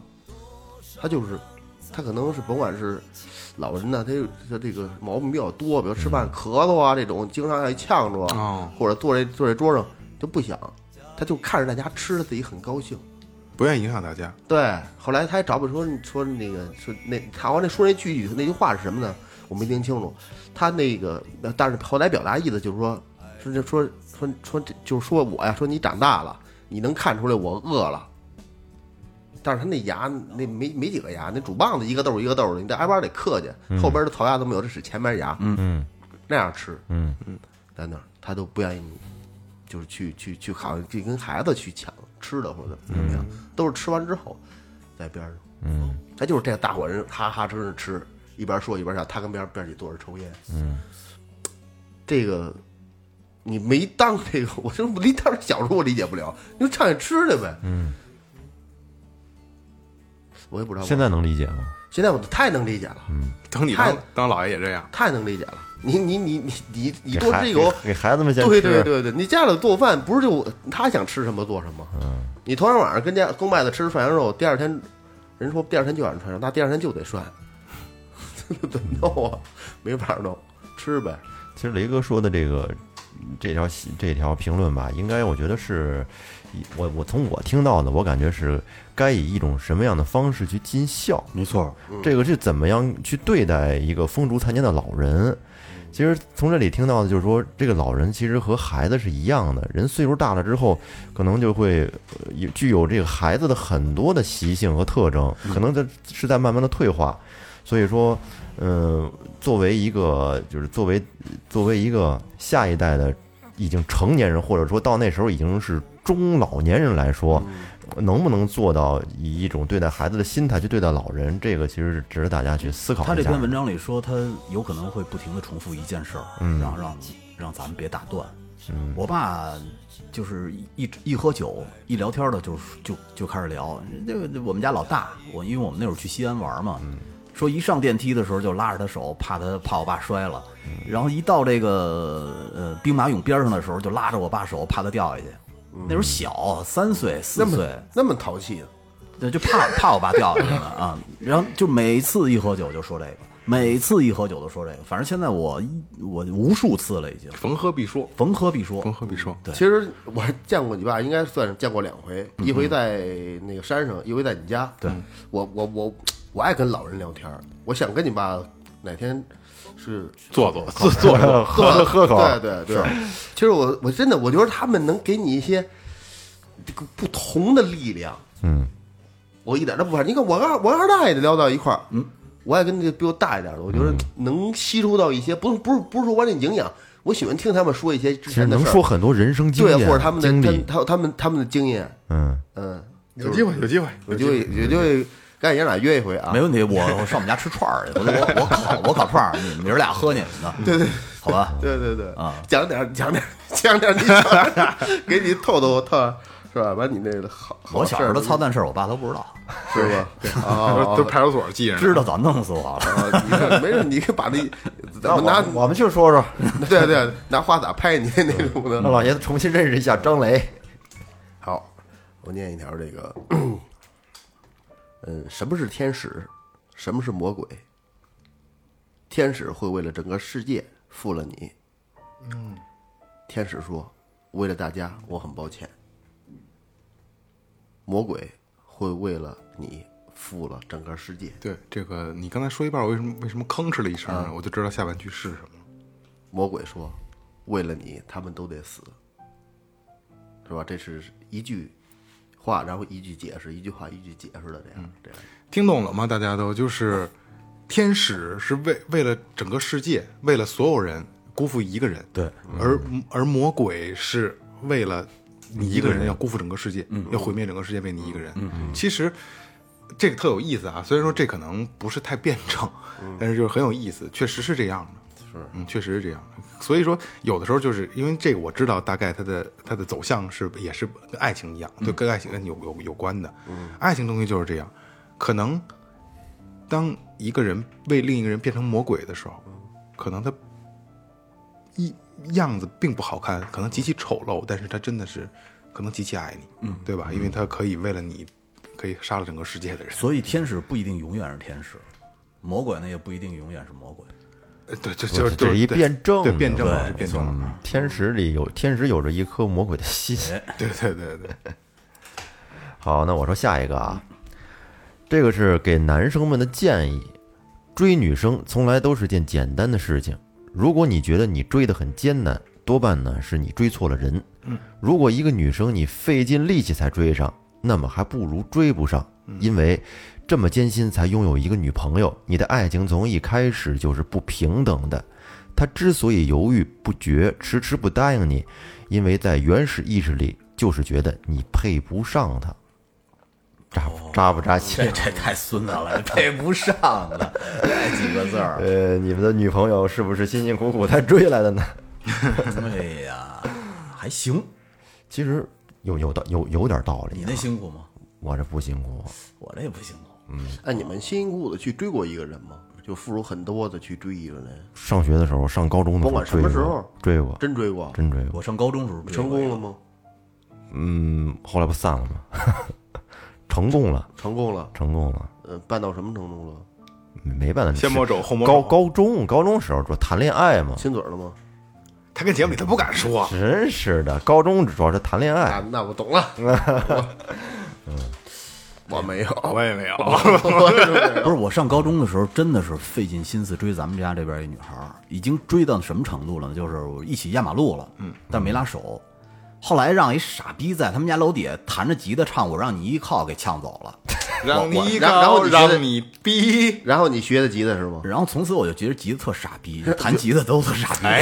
他可能是甭管是老人呢，他这个毛病比较多，比如吃饭咳嗽啊这种，经常爱呛着啊，或者坐这桌上就不想，他就看着大家吃，自己很高兴， 不愿意影响大家。 对，后来他还找我说那个说那他那说那具体那句话是什么呢？我没听清楚。他那个，但是后来表达意思就是说就是说我呀，说你长大了，你能看出来我饿了。但是他那牙那没几个牙，那煮棒子一个豆一个豆的，你这挨巴得客气，后边的槽牙都没有，这是前边牙，那样吃，在那儿他都不愿意，就是去好像去跟孩子去抢吃的或者怎么样，都是吃完之后在边上，他就是这大伙人哈哈着吃，一边说一边笑，他跟边里坐着抽烟，这个你没当这个，我说离当时小时候我理解不了，你就上去吃去呗，我也不知道。 现在能理解吗？ 现在我太能理解了。 等你当老爷也这样， 太能理解了。你做这个给孩子们先吃。 对，你家里做饭不是就他想吃什么做什么。你头天晚上跟外头吃涮羊肉，第二天人说第二天就晚上涮羊肉，那第二天就得涮，怎么弄啊？没法弄，吃呗。 其实雷哥说的这条评论吧，应该我觉得是。我从我听到的，我感觉是该以一种什么样的方式去尽孝？ 没错， 这个是怎么样去对待一个风烛残年的老人？其实从这里听到的就是说，这个老人其实和孩子是一样的，人岁数大了之后，可能就会具有这个孩子的很多的习性和特征，可能是在慢慢的退化。所以说，作为一个下一代的已经成年人，或者说到那时候已经是中老年人来说，能不能做到以一种对待孩子的心态去对待老人，这个其实是值得大家去思考一下。 他这篇文章里说，他有可能会不停的重复一件事儿，让咱们别打断。我爸就是一喝酒一聊天的就开始聊，这个我们家老大，因为我们那会儿去西安玩嘛，说一上电梯的时候就拉着他手，怕我爸摔了，然后一到这个兵马俑边上的时候就拉着我爸手，怕他掉下去。那时候小3岁4岁， 那么淘气， 对，就怕我爸掉下去了啊。然后就每次一喝酒就说这个，每次一喝酒都说这个。反正现在我无数次了已经， 逢喝必说。 对， 其实我见过你爸，应该算是见过2回，一回在那个山上，一回在你家。 对， 我爱跟老人聊天，我想跟你爸哪天是坐喝口。 对。其实我真的我觉得他们能给你一些这个不同的力量。我一点都不怕。你看我二大爷聊到一块儿， 我爱跟那个比我大一点的，我觉得能吸收到一些，不是说观念营养，我喜欢听他们说一些之其实前的事儿， 能说很多人生经对， 验， 或者他们经历， 的他们的经验， 有机会，有机会， 有机会，赶紧爷俩约一回啊！ 没问题，我上我们家吃串儿去，我烤串儿，你们爷儿俩喝你们的，对，好吧？ 对啊， 讲点你讲点，给你透，是吧？把你那个好我小时候的操蛋事儿，我爸都不知道， 是吧？啊， 都派出所记着呢。 知道早弄死我了。 你看没事，你可以把那那拿我们去说说， 对，拿花洒拍你那种的。 让老爷子重新认识一下张雷。 好，我念一条这个，什么是天使？什么是魔鬼？天使会为了整个世界负了你。天使说：“为了大家，我很抱歉。”魔鬼会为了你负了整个世界。 对，这个你刚才说一半，我为什么吭哧了一声呢？我就知道下半句是什么了。 魔鬼说：“为了你，他们都得死。”是吧？这是一句话，然后一句解释，一句话一句解释的这样。 听懂了吗？大家都就是天使是为了整个世界，为了所有人辜负一个人， 对， 而魔鬼是为了你一个人要辜负整个世界，要毁灭整个世界为你一个人。其实这个特有意思啊，虽然说这可能不是太辩证，但是就是很有意思，确实是这样的。确实是这样的。所以说，有的时候就是因为这个，我知道大概它的走向也是跟爱情一样，就跟爱情有关的。爱情东西就是这样，可能当一个人为另一个人变成魔鬼的时候，可能他样子并不好看，可能极其丑陋，但是他真的是可能极其爱你，对吧？因为他可以为了你，可以杀了整个世界的人。 所以天使不一定永远是天使，魔鬼呢也不一定永远是魔鬼。 对， 这是一辩证， 对，辩证对是辩证。 天使有着一颗魔鬼的心。 对。 好，那我说下一个啊，这个是给男生们的建议。追女生从来都是件简单的事情，如果你觉得你追得很艰难，多半呢是你追错了人。如果一个女生你费尽力气才追上，那么还不如追不上，因为这么艰辛才拥有一个女朋友，你的爱情从一开始就是不平等的。她之所以犹豫不决，迟迟不答应你，因为在原始意识里就是觉得你配不上她。扎不扎心？ 这太孙子了，配不上的这几个字儿。 你们的女朋友是不是辛辛苦苦才追来的呢？ 哎呀，还行。 其实有点道理。 你那辛苦吗？ 我这不辛苦， 我这也不辛苦。 哎，你们辛辛苦苦的去追过一个人吗？就付出很多的去追一个人。 上学的时候，上高中的时候， 甭管什么时候追过， 真追过， 真追过。 我上高中时候追过成功了吗？ 后来不散了吗？成功了。 办到什么程度了？ 没办到。 先摸肘后摸手。 高中时候主要谈恋爱嘛。 亲嘴了吗？ 他跟节目里他不敢说。 真是的，高中主要是谈恋爱。 那我懂了。我没有， 我也没有。 不是，我上高中的时候真的是费尽心思追咱们家这边一女孩，已经追到什么程度了呢？就是一起压马路了，但没拉手。后来让一傻逼在他们家楼底下弹着吉他唱《我让你依靠》给呛走了， 让你依然后靠， 你觉得让你逼。 然后你学的吉他是吗？ 然后从此我就觉得吉他特傻逼，弹吉他都特傻逼。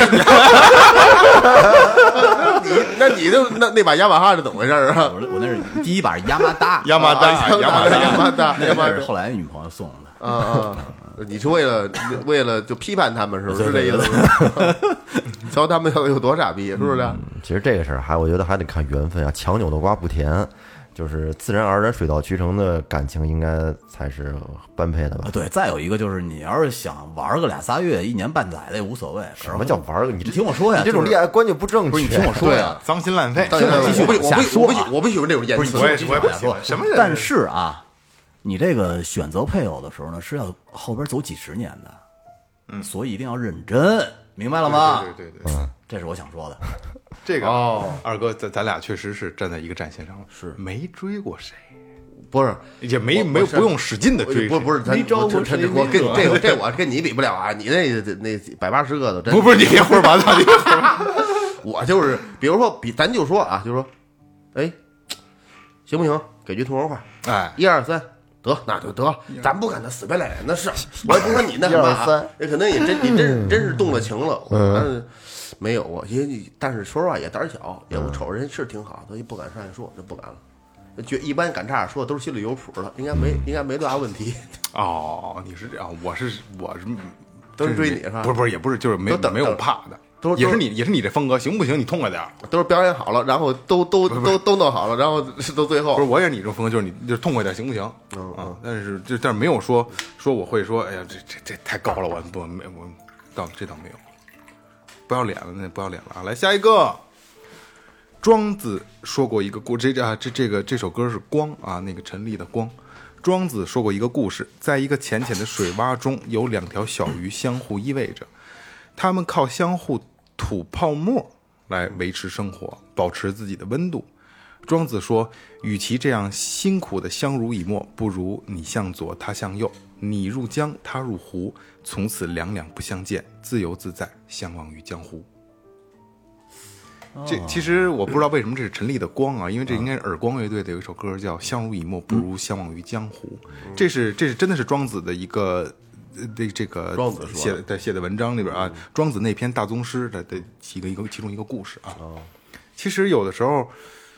那你就那把雅马哈是怎么回事啊？ 我那是第一把是雅马达， 亚麻丹，亚麻丹， 那是后来女朋友送的。 你是为了就批判他们是不是？是这意思吗？瞧他们有多傻逼，是不是？ 其实这个事儿我觉得还得看缘分啊，强扭的瓜不甜，就是自然而然水到渠成的感情应该才是般配的吧。 对，再有一个就是你要是想玩个2-3月、1年半载的也无所谓。 什么叫玩个？你听我说呀， 你这种恋爱观念不正确。 不是你听我说呀， 脏心烂肺。 我不喜欢这种言辞。 我也不喜欢什么人。 但是啊，你这个选择配偶的时候呢，是要后边走几十年的，所以一定要认真，明白了吗？ 对， 这是我想说的。 这个二哥，咱俩确实是站在一个战线上了，是没追过谁， 不是也没不用使劲的追， 不是， 没招过谁， 我跟我跟你比不了啊！你那180个的，真不是你别胡说八道， 我就是比如说咱就说啊，就说，哎，行不行？给句痛快话， 哎 ，1、2、3， 那就得了，咱不跟他死皮赖脸的事，我也不说你那什么 1、2、3， 也可能也真是动了情了。没有啊，因为你但是说实话也胆小，也我瞅人是挺好，所以不敢上去说，就不敢了。一般敢这样说都是心里有谱的，应该没多大问题。 哦，你是这样，我是都是追你是吧？ 不是也不是，就是没有怕的，也是你这风格，行不行？你痛快点儿， 都是表演好了，然后都弄好了，然后到最后不是我也是你这种风格，就是你就是痛快点，行不行？啊，但是没有说我会说，哎呀，这太高了，我倒没有，不要脸了，那不要脸了啊！来下一个。庄子说过一个故事，这首歌是光啊，那个陈粒的光。庄子说过一个故事，在一个浅浅的水洼中，有2条小鱼相互依偎着，它们靠相互吐泡沫来维持生活，保持自己的温度。庄子说，与其这样辛苦的相濡以沫，不如你向左，他向右，你入江，他入湖，从此两两不相见，自由自在，相忘于江湖。这其实我不知道为什么这是陈粒的光啊，因为这应该是耳光乐队的有一首歌叫《相濡以沫不如相忘于江湖》，这是真的是庄子的一个这个庄子写的文章里边啊，庄子那篇大宗师的其中一个故事啊。其实有的时候，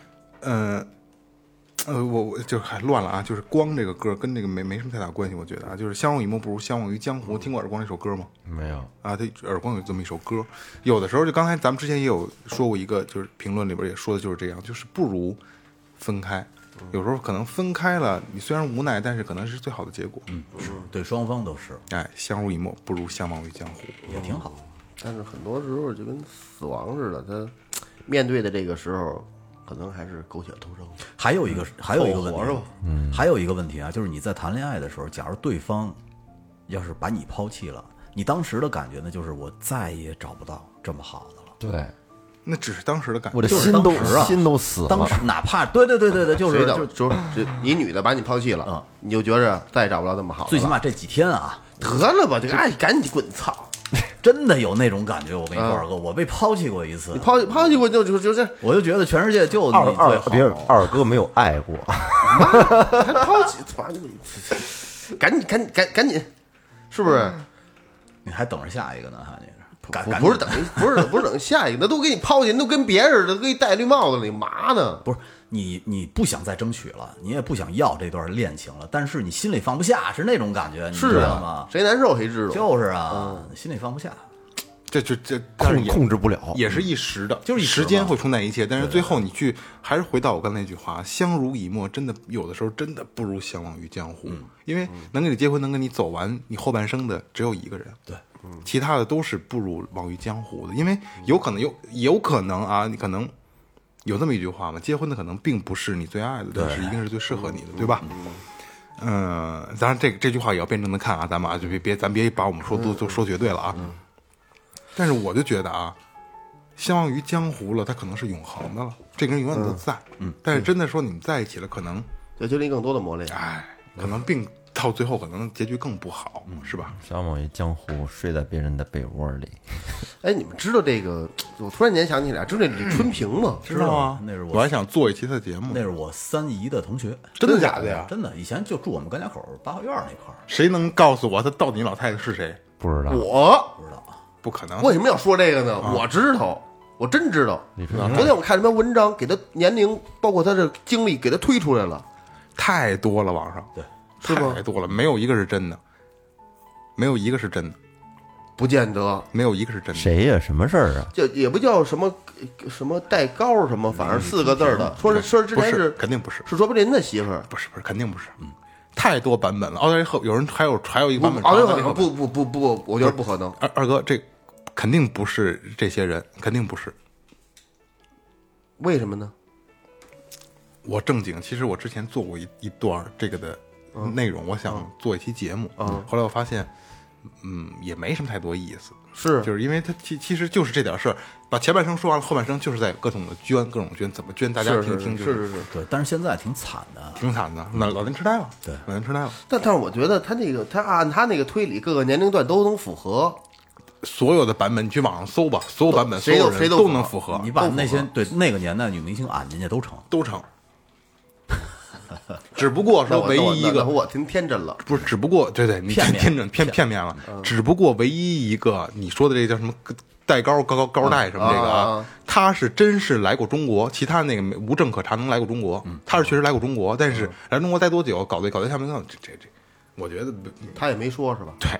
我就还乱了啊，就是光这个歌跟这个没什么太大关系，我觉得啊，就是相濡以沫不如相忘于江湖。听过耳光这首歌吗？ 没有啊，他耳光有这么一首歌。有的时候就刚才咱们之前也有说过一个，就是评论里边也说的就是这样，就是不如分开。有时候可能分开了，你虽然无奈，但是可能是最好的结果。 是对双方都是， 哎，相濡以沫不如相忘于江湖， 也挺好。 但是很多时候就跟死亡似的，他面对的这个时候，可能还是苟且偷生。 还有一个问题是吧？ 还有一个问题啊，就是你在谈恋爱的时候，假如对方要是把你抛弃了，你当时的感觉呢，就是我再也找不到这么好的了。 对， 那只是当时的感觉。 我这就是心都当时啊心都死了。 当时哪怕对，就是你女的把你抛弃了，你就觉着再也找不到这么好的了。 最起码这几天啊， 得了吧，这个哎，赶紧滚操！ 真的有那种感觉。我跟你说，二哥，我被抛弃过一次， 你抛弃过就是我就觉得全世界就你最好。 别二哥没有爱过， 还抛弃，赶紧，是不是？ 你还等着下一个呢？哈，你不是等下一个，那都给你抛弃，那都跟别人的，都给你戴绿帽子，你嘛呢？ 不是你不想再争取了，你也不想要这段恋情了，但是你心里放不下，是那种感觉，你知道吗？ 谁难受谁知道。 就是啊，心里放不下。 这控制不了， 也是一时的， 就是时间会冲淡一切。但是最后你还是回到我刚才那句话，相濡以沫，真的有的时候真的不如相忘于江湖。因为能跟你结婚，能跟你走完你后半生的只有一个人，对，其他的都是不如忘于江湖的。因为有可能啊，你可能有这么一句话嘛，结婚的可能并不是你最爱的，但是一定是最适合你的，对吧？当然这句话也要辩证的看啊，咱们啊就别把我们说都说绝对了啊。但是我就觉得啊，相忘于江湖了，他可能是永恒的了，这个人永远都在。但是真的说你们在一起了，可能要经历更多的磨练， 可能并到最后可能结局更不好，是吧？ 相忘于江湖，睡在别人的被窝里。 哎，你们知道这个？我突然间想起来，知道李春平吗？ 知道啊， 那是我还想做一期他的节目。 那是我3姨的同学， 真的假的呀？ 真的，以前就住我们甘家口8号院那块儿。 谁能告诉我他到底老太太是谁？ 不知道， 我不知道， 不可能。 为什么要说这个呢？我知道，我真知道。昨天我看什么文章，给他年龄，包括他的经历，给他推出来了， 太多了，网上对， 是吧？ 太多了，没有一个是真的，没有一个是真的， 不见得， 没有一个是真的。 谁呀？什么事儿啊？ 就也不叫什么带高什么，反正4个字的，说之前是肯定不是， 是卓别林的媳妇儿， 不是，肯定不是。太多版本了。奥黛丽赫有人还有一个版本， 不，我觉得不可能。 二哥，这肯定不是这些人，肯定不是。 为什么呢？ 我正经，其实我之前做过一段这个的内容，我想做一期节目，后来我发现，也没什么太多意思，就是因为他其实就是这点事儿，把前半生说完了，后半生就是在各种捐，怎么捐，大家听听， 是， 对，但是现在挺惨的， 老年痴呆了， 对， 老年痴呆了。 但是我觉得他按他那个推理，各个年龄段都能符合。 所有的版本，你去网上搜吧，所有版本， 谁都能符合。 你把那些对那个年代女明星按进去都成。 只不过说那我唯一一个我挺天真了， 不是，只不过对你片面天真片面了，只不过唯一一个你说的这个叫什么带高带什么这个啊，他是真是来过中国，其他那个无证可查能来过中国，他是确实来过中国，但是来中国待多久，搞对象没搞，这，我觉得他也没说是吧？ 对，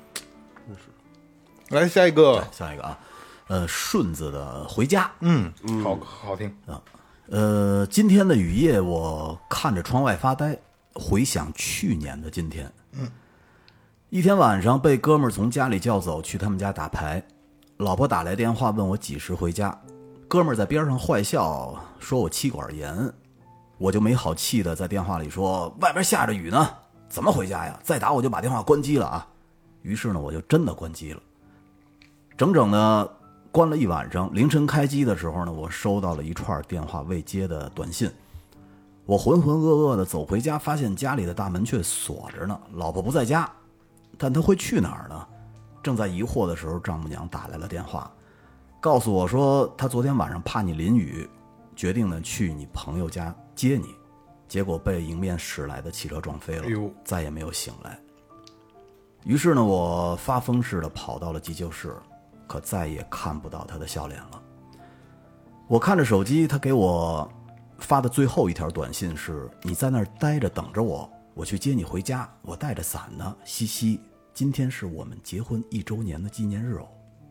来下一个， 下一个啊，顺子的回家， 好听， 今天的雨夜，我看着窗外发呆，回想去年的今天。一天晚上被哥们儿从家里叫走去他们家打牌，老婆打来电话问我几时回家，哥们儿在边上坏笑说我气管炎，我就没好气的在电话里说外边下着雨呢，怎么回家呀？再打我就把电话关机了啊！于是呢，我就真的关机了，整整呢关了一晚上。凌晨开机的时候呢，我收到了一串电话未接的短信。我浑浑噩噩的走回家，发现家里的大门却锁着呢，老婆不在家，但她会去哪儿呢？正在疑惑的时候，丈母娘打来了电话，告诉我说她昨天晚上怕你淋雨，决定呢去你朋友家接你，结果被迎面驶来的汽车撞飞了，再也没有醒来。于是呢，我发疯似的跑到了急救室，可再也看不到他的笑脸了。我看着手机，他给我发的最后一条短信是：你在那儿待着等着我，我去接你回家，我带着伞呢，嘻嘻。今天是我们结婚1周年的纪念日哦。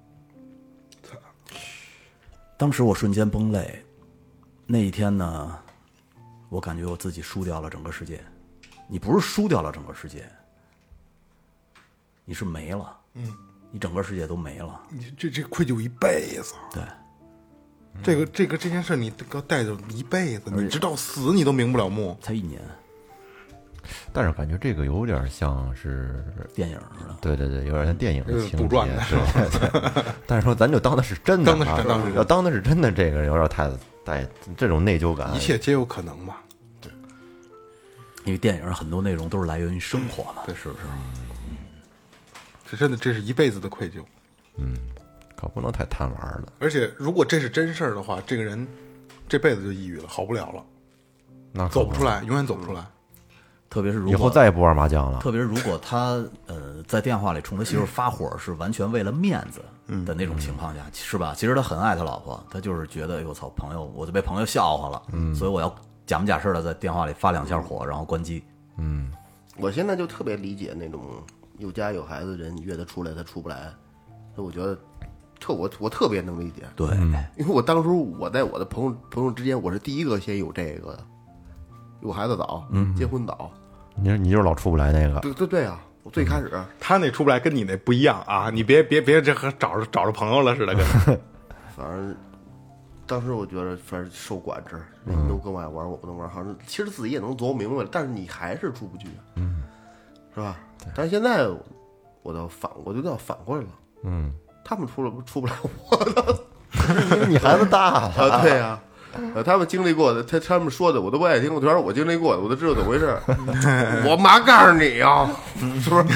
当时我瞬间崩泪。那一天呢，我感觉我自己输掉了整个世界。你不是输掉了整个世界，你是没了。你整个世界都没了。 你这愧疚一辈子。 对， 这件事你要带着一辈子，你直到死你都瞑不了目。 才1年。 但是感觉这个有点像是电影似的， 对，有点像电影的情节， 杜撰的对。但是说咱就当的是真的，要当的是真的，这个有点太带这种内疚感。 一切皆有可能吧？ 对，因为电影很多内容都是来源于生活嘛， 对， 是不是？ 这真的这是一辈子的愧疚。 可不能太贪玩了。 而且如果这是真事儿的话，这个人这辈子就抑郁了，好不了了， 那走不出来，永远走不出来。 特别是如果以后再也不玩麻将了。 特别是如果他在电话里冲他媳妇发火，是完全为了面子的那种情况下，是吧？其实他很爱他老婆，他就是觉得，哎呦我操，朋友，我就被朋友笑话了，所以我要假模假式的在电话里发2下火，然后关机。 我现在就特别理解那种有家有孩子的人，你约他出来，他出不来，所以我觉得我特别能理解。 对， 因为我当初我在我的朋友之间，我是第一个先有这个的，有孩子早，结婚早。 你就是老出不来那个。 对啊！我最开始他那出不来跟你那不一样啊！你别这和找着朋友了似的，跟反正当时我觉得反正受管制，你都跟我爱玩，我不能玩，好像其实自己也能琢磨明白了，但是你还是出不去，是吧？但是现在我就要反过来了，他们出不来，我的， 因为你孩子大了。 啊，对呀。他们经历过的，他们说的我都不爱听，全是我经历过的，我都知道怎么回事。我妈告诉你呀，是不是？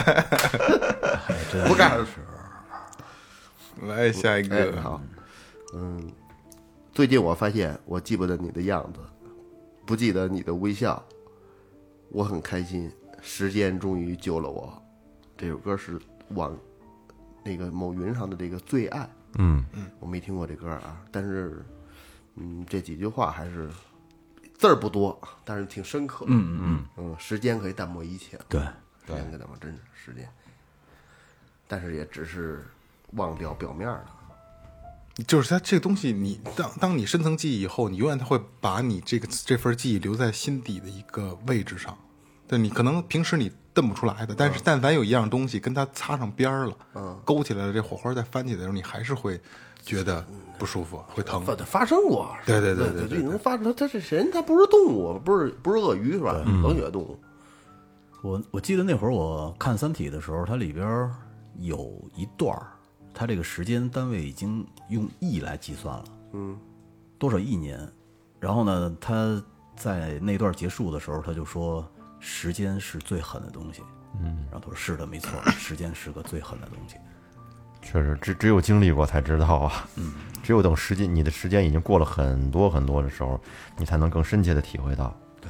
不告诉来下一个。 好，最近我发现我记不得你的样子，不记得你的微笑，我很开心。时间终于救了我。这首歌是往那个某云上的这个最爱。我没听过这歌啊，但是。这几句话还是字儿不多，但是挺深刻。时间可以淡漠一切。 对， 时间可以淡漠，真是时间。但是也只是忘掉表面了。 就是它这个东西你，当你深层记忆以后，你永远它会把你这份记忆留在心底的一个位置上。对，你可能平时你瞪不出来的，但是但凡有一样东西跟它擦上边了，勾起来了，这火花再翻起来的时候，你还是会觉得不舒服，会疼。 发生过。 对， 就能发生。它是人，它不是动物，不是鳄鱼是吧？冷血动物。 我记得那会儿我看《三体》的时候，它里边有一段，它这个时间单位已经用亿来计算了，多少亿年。然后呢，他在那段结束的时候，他就说时间是最狠的东西。然后他说是的，没错，时间是个最狠的东西。 确实，只有经历过才知道啊。只有等你的时间已经过了很多很多的时候，你才能更深切的体会到。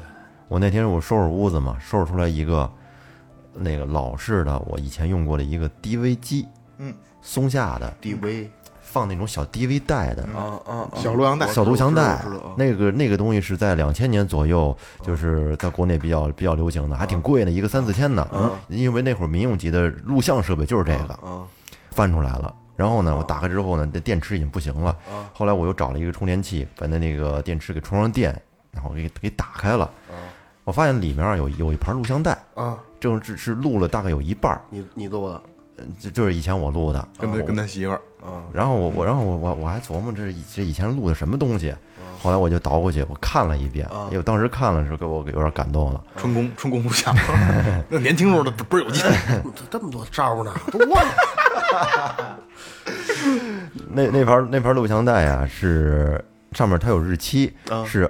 我那天我收拾屋子嘛，收拾出来一个那个老式的我以前用过的一个 DV 机，松下的 DV 放那种小 DV 带的， 小录像带， 小录像带知道啊， 那个东西是在2000年左右，就是在国内比较流行的，还挺贵的，一个3-4千呢。因为那会儿民用级的录像设备就是这个，翻出来了。然后呢，我打开之后呢，这电池已经不行了。后来我又找了一个充电器，把那个电池给充上电，然后给打开了。我发现里面有一盘录像带啊， 正是录了大概有一半。 你做的就是以前我录的， 跟他媳妇儿， 然后我还琢磨这以前录的什么东西，后来我就倒过去我看了一遍，因为我当时看了时候给我有点感动了。 春宫录像，那年轻时候的倍儿有劲。 这么多招呢，都忘了。 那盘录像带啊，是上面它有日期，是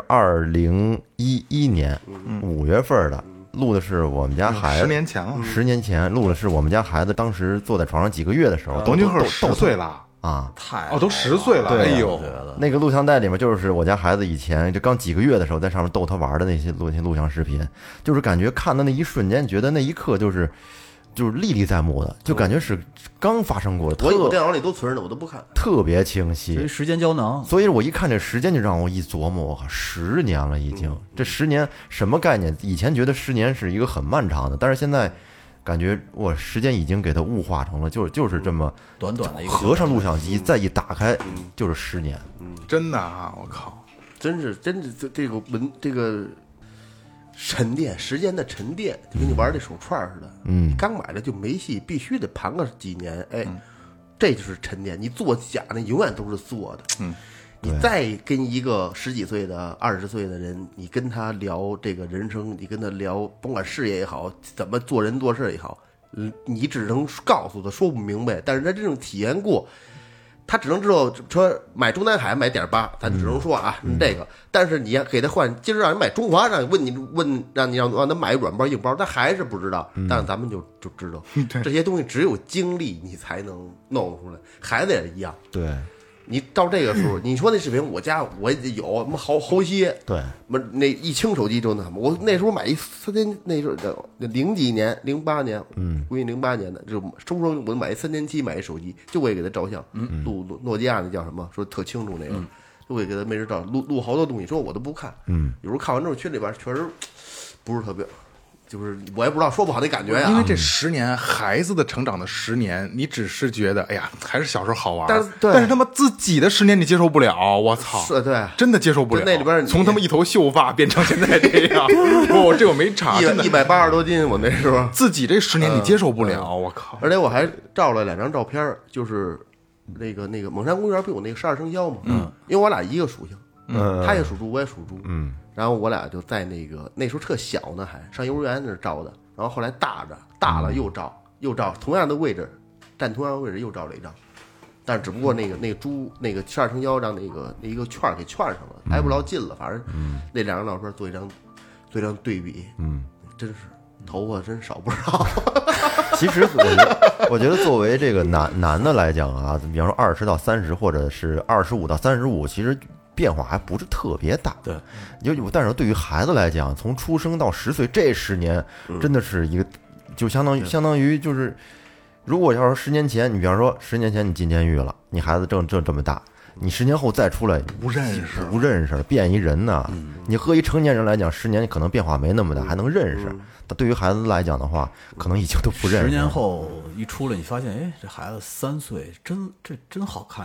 2011年5月份的。录的是我们家孩子 10年前了 ，10年前录的是我们家孩子当时坐在床上几个月的时候， 王俊鹤10岁了啊， 都10岁了， 对啊哎呦， 那个录像带里面就是我家孩子以前就刚几个月的时候在上面逗他玩的那些录像视频，就是感觉看的那一瞬间，觉得那一刻就是历历在目的，就感觉是刚发生过的， 我电脑里都存着呢，我都不看。 特别清所以晰。 时间胶囊， 所以我一看这时间就让我一琢磨，我靠，10年了已经，这10年什么概念？以前觉得10年是一个很漫长的，但是现在感觉我时间已经给它物化成了，就是这么短短的一个合上录像机，再一打开就是10年。 真的啊，我靠， 真是这个沉淀时间的沉淀，就跟你玩这手串似的。刚买了就没戏，必须得盘个几年。哎，这就是沉淀。你做假的永远都是做的。你再跟一个10几岁的、20岁的人，你跟他聊这个人生，你跟他聊，甭管事业也好，怎么做人做事也好，你只能告诉他说不明白，但是他真正体验过。他只能知道说买中南海买.8，咱只能说啊，这个。但是你要给他换，今儿让你买中华，让他买软包硬包，他还是不知道。但是咱们就知道，这些东西只有经历你才能弄出来。孩子也一样， 对你到这个时候，你说那视频，我家我有什么好些， 对， 那一清手机就那什么。我那时候买一3000，那时候0几年08年，估计08年的，就我买一3007买一手机，就为给他照相，录诺基亚那叫什么，说特清楚那个，就为给他没人照，录好多东西，说我都不看，有时候看完之后群里边确实不是特别。就是我也不知道说不好那感觉呀， 因为这10年孩子的成长的10年，你只是觉得哎呀还是小时候好玩，但是他妈自己的10年你接受不了，我操， 是对， 真的接受不了。 那里边从他妈一头秀发变成现在这样，这我没查，真的 180多斤，我那时候自己这10年你接受不了，我靠！ 而且我还照了2张照片，就是那个蒙山公园不有那个12生肖嘛，因为我俩一个属性，他也属猪，我也属猪，然后我俩就在那时候特小呢，还上幼儿园那照的，然后后来大了又照同样的位置，站同样的位置又照了一张，但是只不过那个猪那个12生肖让那个圈给圈上了，挨不着近了，反正那2张照片做一张对比，真是头发真少不少。 其实我觉得作为这个男的来讲啊，比方说20到30，或者是25到35，其实变化还不是特别大。对，但是对于孩子来讲，从出生到10岁这10年，真的是一个，就相当于就是，如果要是10年前，你比方说10年前你进监狱了，你孩子正这么大。你10年后再出来， 不认识了，变一人呢。你和一成年人来讲，10年可能变化没那么大，还能认识。但对于孩子来讲的话，可能已经都不认识。 10年后一出来，你发现，哎，这孩子3岁，真好看。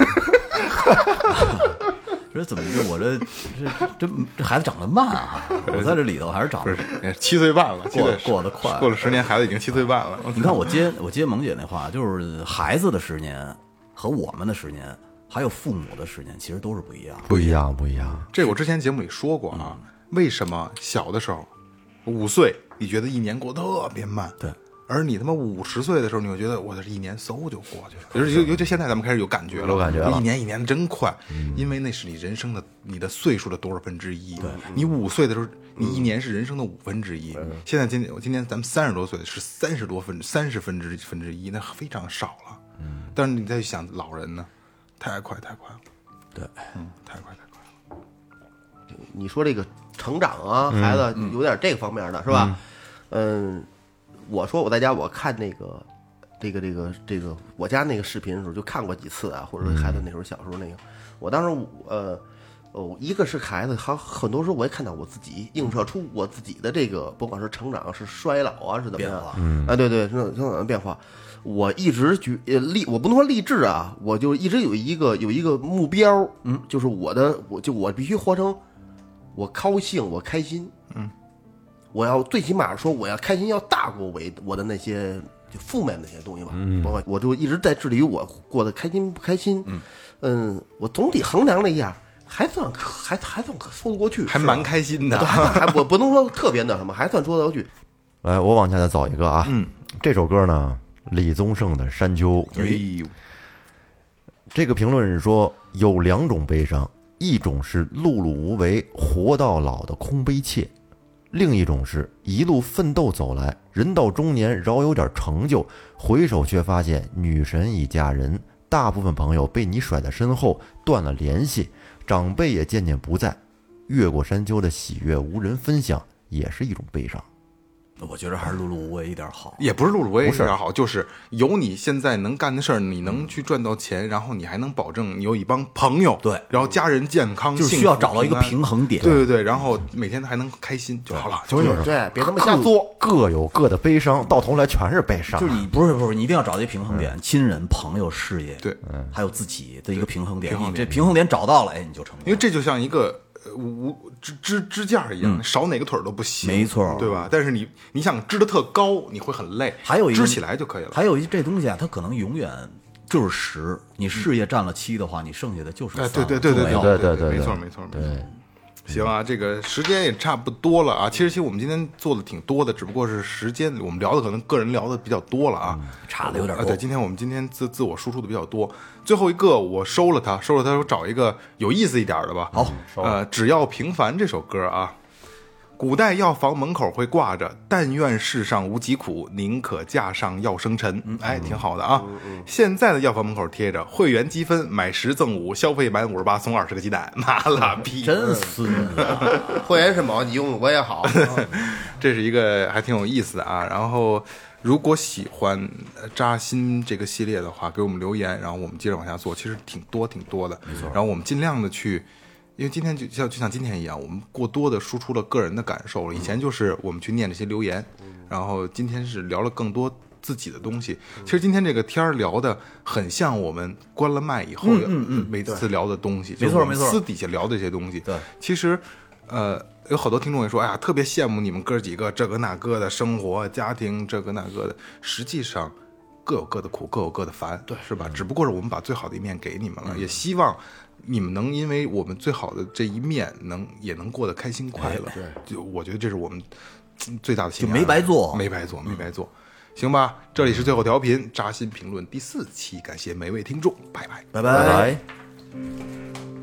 这怎么着？我这孩子长得慢啊！我在这里头还是长得 7岁半了， 过得快。 过了10年，孩子已经7岁半了。 你看我接萌姐那话，就是孩子的10年和我们的10年。还有父母的10年，其实都是不一样， 不一样。 这我之前节目里说过啊，为什么小的时候5岁，你觉得1年过得特别慢， 对， 而你他妈50岁的时候，你会觉得我的1年嗖就过去了。尤其现在咱们开始有感觉了， 有感觉了， 一年的真快，因为那是你人生的你的岁数的多少分之一。对，你5岁的时候，你1年是人生的1/5。现在今天咱们30多岁是30分之一，那非常少了。但是你再想老人呢？太快了， 对， 太快了。 你说这个成长啊，孩子有点这个方面的是吧？我说我在家我看这个我家那个视频的时候就看过几次啊，或者说孩子那时候小时候那个，我当时一个是孩子，很多时候我也看到我自己映射出我自己的这个，不管是成长是衰老啊是怎么样啊，对对，成长的变化。我一直我不能说励志啊，我就一直有一个目标，就是我必须活成我高兴我开心，我要最起码说我要开心要大过我的那些就负面的那些东西吧，我就一直在致力于我过得开心不开心，我总体衡量了一下，还算说得过去， 还蛮开心的， 还我不能说特别那什么，还算说得过去。 来，我往下再走一个啊，这首歌呢，李宗盛的《山丘》。这个评论是说有2种悲伤，一种是碌碌无为，活到老的空悲切。另一种是一路奋斗走来，人到中年饶有点成就，回首却发现女神已嫁人，大部分朋友被你甩在身后，断了联系，长辈也渐渐不在，越过山丘的喜悦无人分享，也是一种悲伤。 我觉得还是碌碌无为一点好， 也不是碌碌无为一点好，就是有你现在能干的事儿，你能去赚到钱，然后你还能保证你有一帮朋友， 对， 然后家人健康， 就是需要找到一个平衡点， 对对对，然后每天还能开心就好了，就是对，别他妈瞎作， 各有各的悲伤，到头来全是悲伤。 就是你不是，你一定要找到一个平衡点，亲人、朋友、事业， 对， 还有自己的一个平衡点。你这平衡点找到了，哎，你就成功。 因为这就像一个支架一样，少哪个腿都不行， 没错， 对吧？但是你想支得特高，你会很累。 还有一个支起来就可以了。 还有这东西啊，它可能永远就是10，你事业占了7的话，你剩下的就是3。 对，没错。对。行啊，这个时间也差不多了啊。其实我们今天做的挺多的，只不过是时间我们聊的可能个人聊的比较多了啊， 差的有点多。 对，我们今天自我输出的比较多。最后一个我收了它，说找一个有意思一点的吧。 好， 只要平凡这首歌啊。古代药房门口会挂着“但愿世上无疾苦，宁可架上药生尘”，哎，挺好的啊。现在的药房门口贴着会员积分，买10赠5，消费满58送20个鸡蛋，妈了逼， 真孙子！ 会员是毛，你用我也好。 这是一个还挺有意思的啊。然后，如果喜欢扎心这个系列的话，给我们留言，然后我们接着往下做。其实挺多的，没错。然后我们尽量的去。因为今天就像今天一样，我们过多的输出了个人的感受了。以前就是我们去念这些留言，然后今天是聊了更多自己的东西。其实今天这个天儿聊的很像我们关了麦以后每次聊的东西， 没错， 私底下聊的这些东西。 对， 其实有好多听众也说，哎呀，特别羡慕你们哥几个这个那个的生活、家庭这个那个的。实际上各有各的苦，各有各的烦，对，是吧？只不过是我们把最好的一面给你们了，也希望你们能因为我们最好的这一面也能过得开心快乐。对，就我觉得这是我们最大的信仰， 就没白做。 行吧，这里是最后调频扎心评论第4期，感谢每位听众，拜拜。 拜拜。